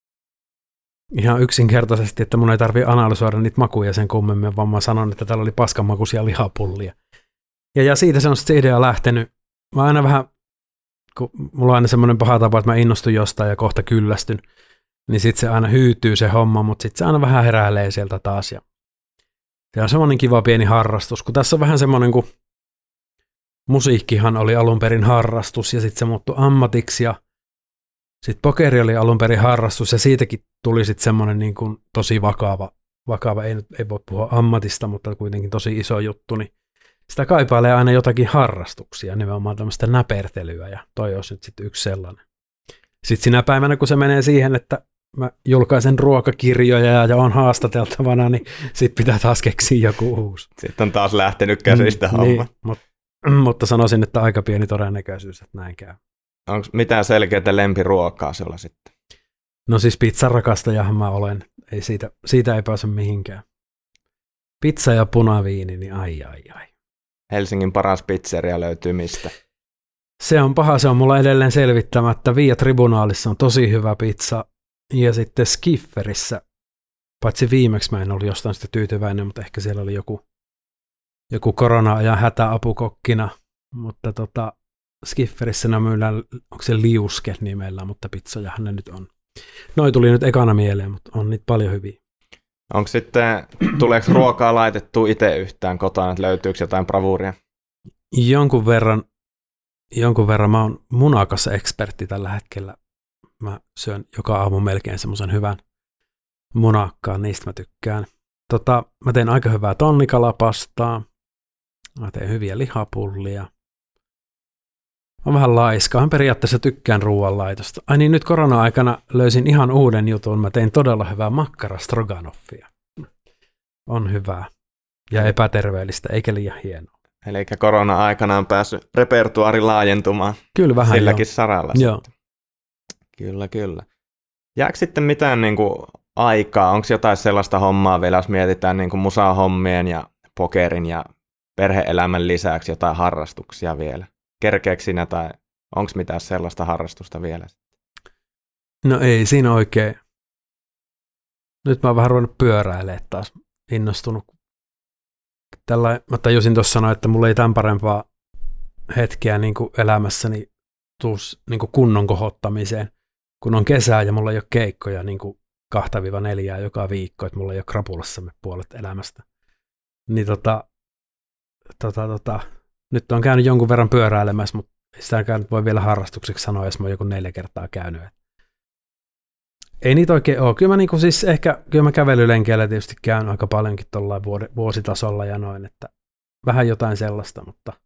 Ihan yksinkertaisesti, että mun ei tarvitse analysoida niitä makuja sen kummemmin, vaan mä sanon, että täällä oli paskanmakuisia lihapullia. Ja siitä se on sitten se idea lähtenyt. Mä aina vähän, kun mulla on aina semmoinen paha tapa, että mä innostun jostain ja kohta kyllästyn, niin sitten se aina hyytyy se homma, mutta sitten se aina vähän heräilee sieltä taas. Ja se on semmoinen kiva pieni harrastus, kun tässä on vähän semmoinen, kun musiikkihan oli alun perin harrastus ja sitten se muuttui ammatiksi ja sitten pokeri oli alun perin harrastus ja siitäkin tuli sitten semmoinen niin kuin tosi vakava, ei voi puhua ammatista, mutta kuitenkin tosi iso juttu, niin sitä kaipailee aina jotakin harrastuksia, nimenomaan tämmöistä näpertelyä ja toi olisi nyt sitten yksi sellainen. Sitten sinä päivänä, kun se menee siihen, että mä julkaisen ruokakirjoja ja on haastateltavana, niin sitten pitää taas keksiä joku uusi. Sitten on taas lähtenyt käsistä homma. Niin, mutta sanoisin, että aika pieni todennäköisyys, että näin käy. Onko mitään selkeää lempiruokaa sulla sitten? No siis pizzarakastajahan mä olen. Ei siitä ei pääse mihinkään. Pizza ja punaviini, niin ai. Helsingin paras pizzeria löytyy mistä? Se on paha, se on mulla edelleen selvittämättä. Via Tribunaalissa on tosi hyvä pizza. Ja sitten Skifferissä, paitsi viimeksi mä en ollut jostain sitä tyytyväinen, mutta ehkä siellä oli joku korona-ajan hätäapukokkina. Mutta Skifferissä ne myydään, onko se liuske nimellä, mutta pizzojahan ne nyt on. Noi tuli nyt ekana mieleen, mutta on niitä paljon hyviä. Onko sitten, tuleeko ruokaa laitettua itse yhtään kotona, että löytyykö jotain bravuuria? Jonkun verran mä oon munakassa ekspertti tällä hetkellä. Mä syön joka aamu melkein semmoisen hyvän munakkaan, niistä mä tykkään. Mä teen aika hyvää tonnikalapastaa. Mä teen hyviä lihapullia. on vähän laiska. Periaatteessa tykkään ruoanlaitosta. Ai niin, nyt korona-aikana löysin ihan uuden jutun. Mä tein todella hyvää makkara stroganoffia. On hyvää ja epäterveellistä, eikä liian hienoa. Eli korona-aikana on päässyt repertuaari laajentumaan. Kyllä vähän silläkin joo. saralla. Joo. Kyllä. Jääkö sitten mitään niin kuin aikaa? Onko jotain sellaista hommaa vielä, jos mietitään niin kuin musahommien ja pokerin ja perhe-elämän lisäksi jotain harrastuksia vielä? Kerkeekö sinä tai onko mitään sellaista harrastusta vielä? No ei siinä oikein. Nyt mä oon vähän ruvennut pyöräilemään taas. Innostunut. Mä tajusin tuossa sanoa, että mulla ei tämän parempaa hetkeä niin kuin elämässäni tuus niin kuin kunnon kohottamiseen, kun on kesää ja mulla ei ole keikkoja niin kuin 2-4 joka viikko, että mulla ei ole krapulassamme puolet elämästä. Niin nyt on käynyt jonkun verran pyöräilemässä, mutta sitäkään nyt voi vielä harrastukseksi sanoa, jos mä oon joku 4 kertaa käynyt. Ei niitä oikein ole. Kyllä mä kävelylenkeillä tietysti käyn aika paljonkin tuollain vuositasolla ja noin, että vähän jotain sellaista,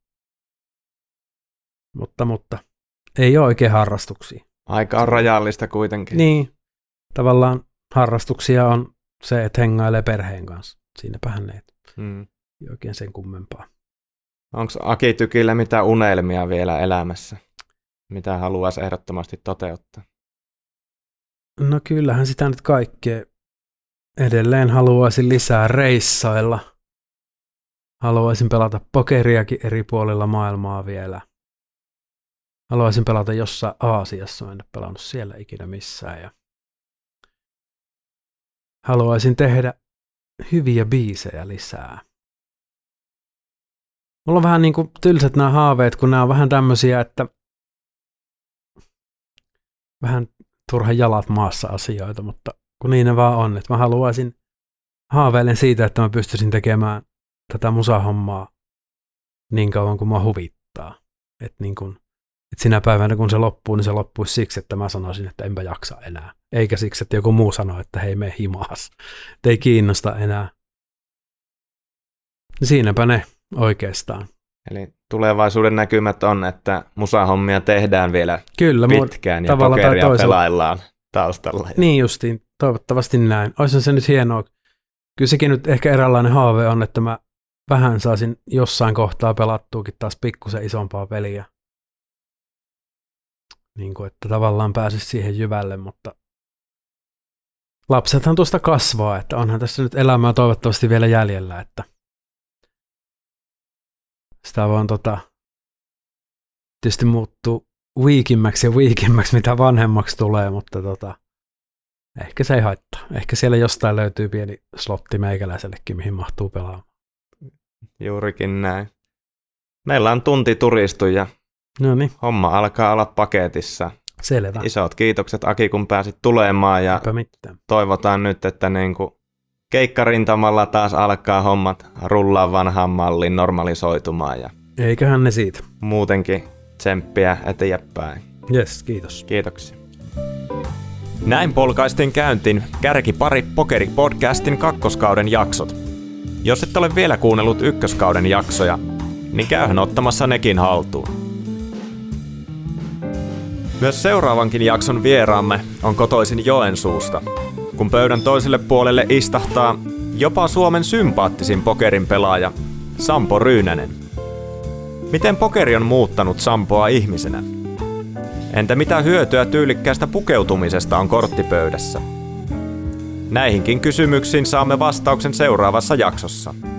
mutta ei ole oikein harrastuksia. Aika on rajallista kuitenkin. Niin, tavallaan harrastuksia on se, että hengailee perheen kanssa. Siinäpähän ei oikein sen kummempaa. Onko Aki Tykillä mitään unelmia vielä elämässä? Mitä haluaisi ehdottomasti toteuttaa? No kyllähän sitä nyt kaikkea. Edelleen haluaisin lisää reissailla. Haluaisin pelata pokeriakin eri puolilla maailmaa vielä. Haluaisin pelata jossain Aasiassa, mä en ole pelannut siellä ikinä missään. Ja haluaisin tehdä hyviä biisejä lisää. Mulla on vähän niin kuin tylsät nämä haaveet, kun nämä on vähän tämmöisiä, että vähän turhan jalat maassa asioita, mutta kun niin ne vaan on, että mä haaveilen siitä, että mä pystyisin tekemään tätä musahommaa niin kauan kuin mua huvittaa. Että sinä päivänä kun se loppuu, niin se loppuisi siksi, että mä sanoisin, että enpä jaksa enää. Eikä siksi, että joku muu sanoo, että hei mene himaas. Että ei kiinnosta enää. Siinäpä ne oikeastaan. Eli tulevaisuuden näkymät on, että musahommia tehdään vielä kyllä, pitkään ja pokeria pelaillaan taustalla. Niin justiin, toivottavasti näin. Olisi se nyt hienoa. Kyllä sekin nyt ehkä eräänlainen haave on, että mä vähän saisin jossain kohtaa pelattuukin taas pikkusen isompaa peliä. Niin kuin, että tavallaan pääsisi siihen jyvälle, mutta lapsethan tuosta kasvaa, että onhan tässä nyt elämää toivottavasti vielä jäljellä, että sitä vaan tietysti muuttuu viikimmäksi, mitä vanhemmaksi tulee, mutta ehkä se ei haittaa. Ehkä siellä jostain löytyy pieni slotti meikäläisellekin, mihin mahtuu pelaamaan. Juurikin näin. Meillä on tunti turistu ja homma alkaa olla paketissa. Selvä. Isot kiitokset Aki, kun pääsit tulemaan ja toivotaan nyt, että keikkarintamalla taas alkaa hommat rullaa vanhaan malliin normalisoitumaan. Ja eiköhän ne siitä. Muutenkin tsemppiä eteenpäin. Jes, kiitos. Kiitoksia. Näin polkaistiin käyntiin Kärkipari Pokeri-podcastin 2. kauden jaksot. Jos et ole vielä kuunnellut 1. kauden jaksoja, niin käyhän ottamassa nekin haltuun. Myös seuraavankin jakson vieraamme on kotoisin Joensuusta, kun pöydän toiselle puolelle istahtaa jopa Suomen sympaattisin pokerin pelaaja Sampo Ryynänen. Miten pokeri on muuttanut Sampoa ihmisenä? Entä mitä hyötyä tyylikkäästä pukeutumisesta on korttipöydässä? Näihinkin kysymyksiin saamme vastauksen seuraavassa jaksossa.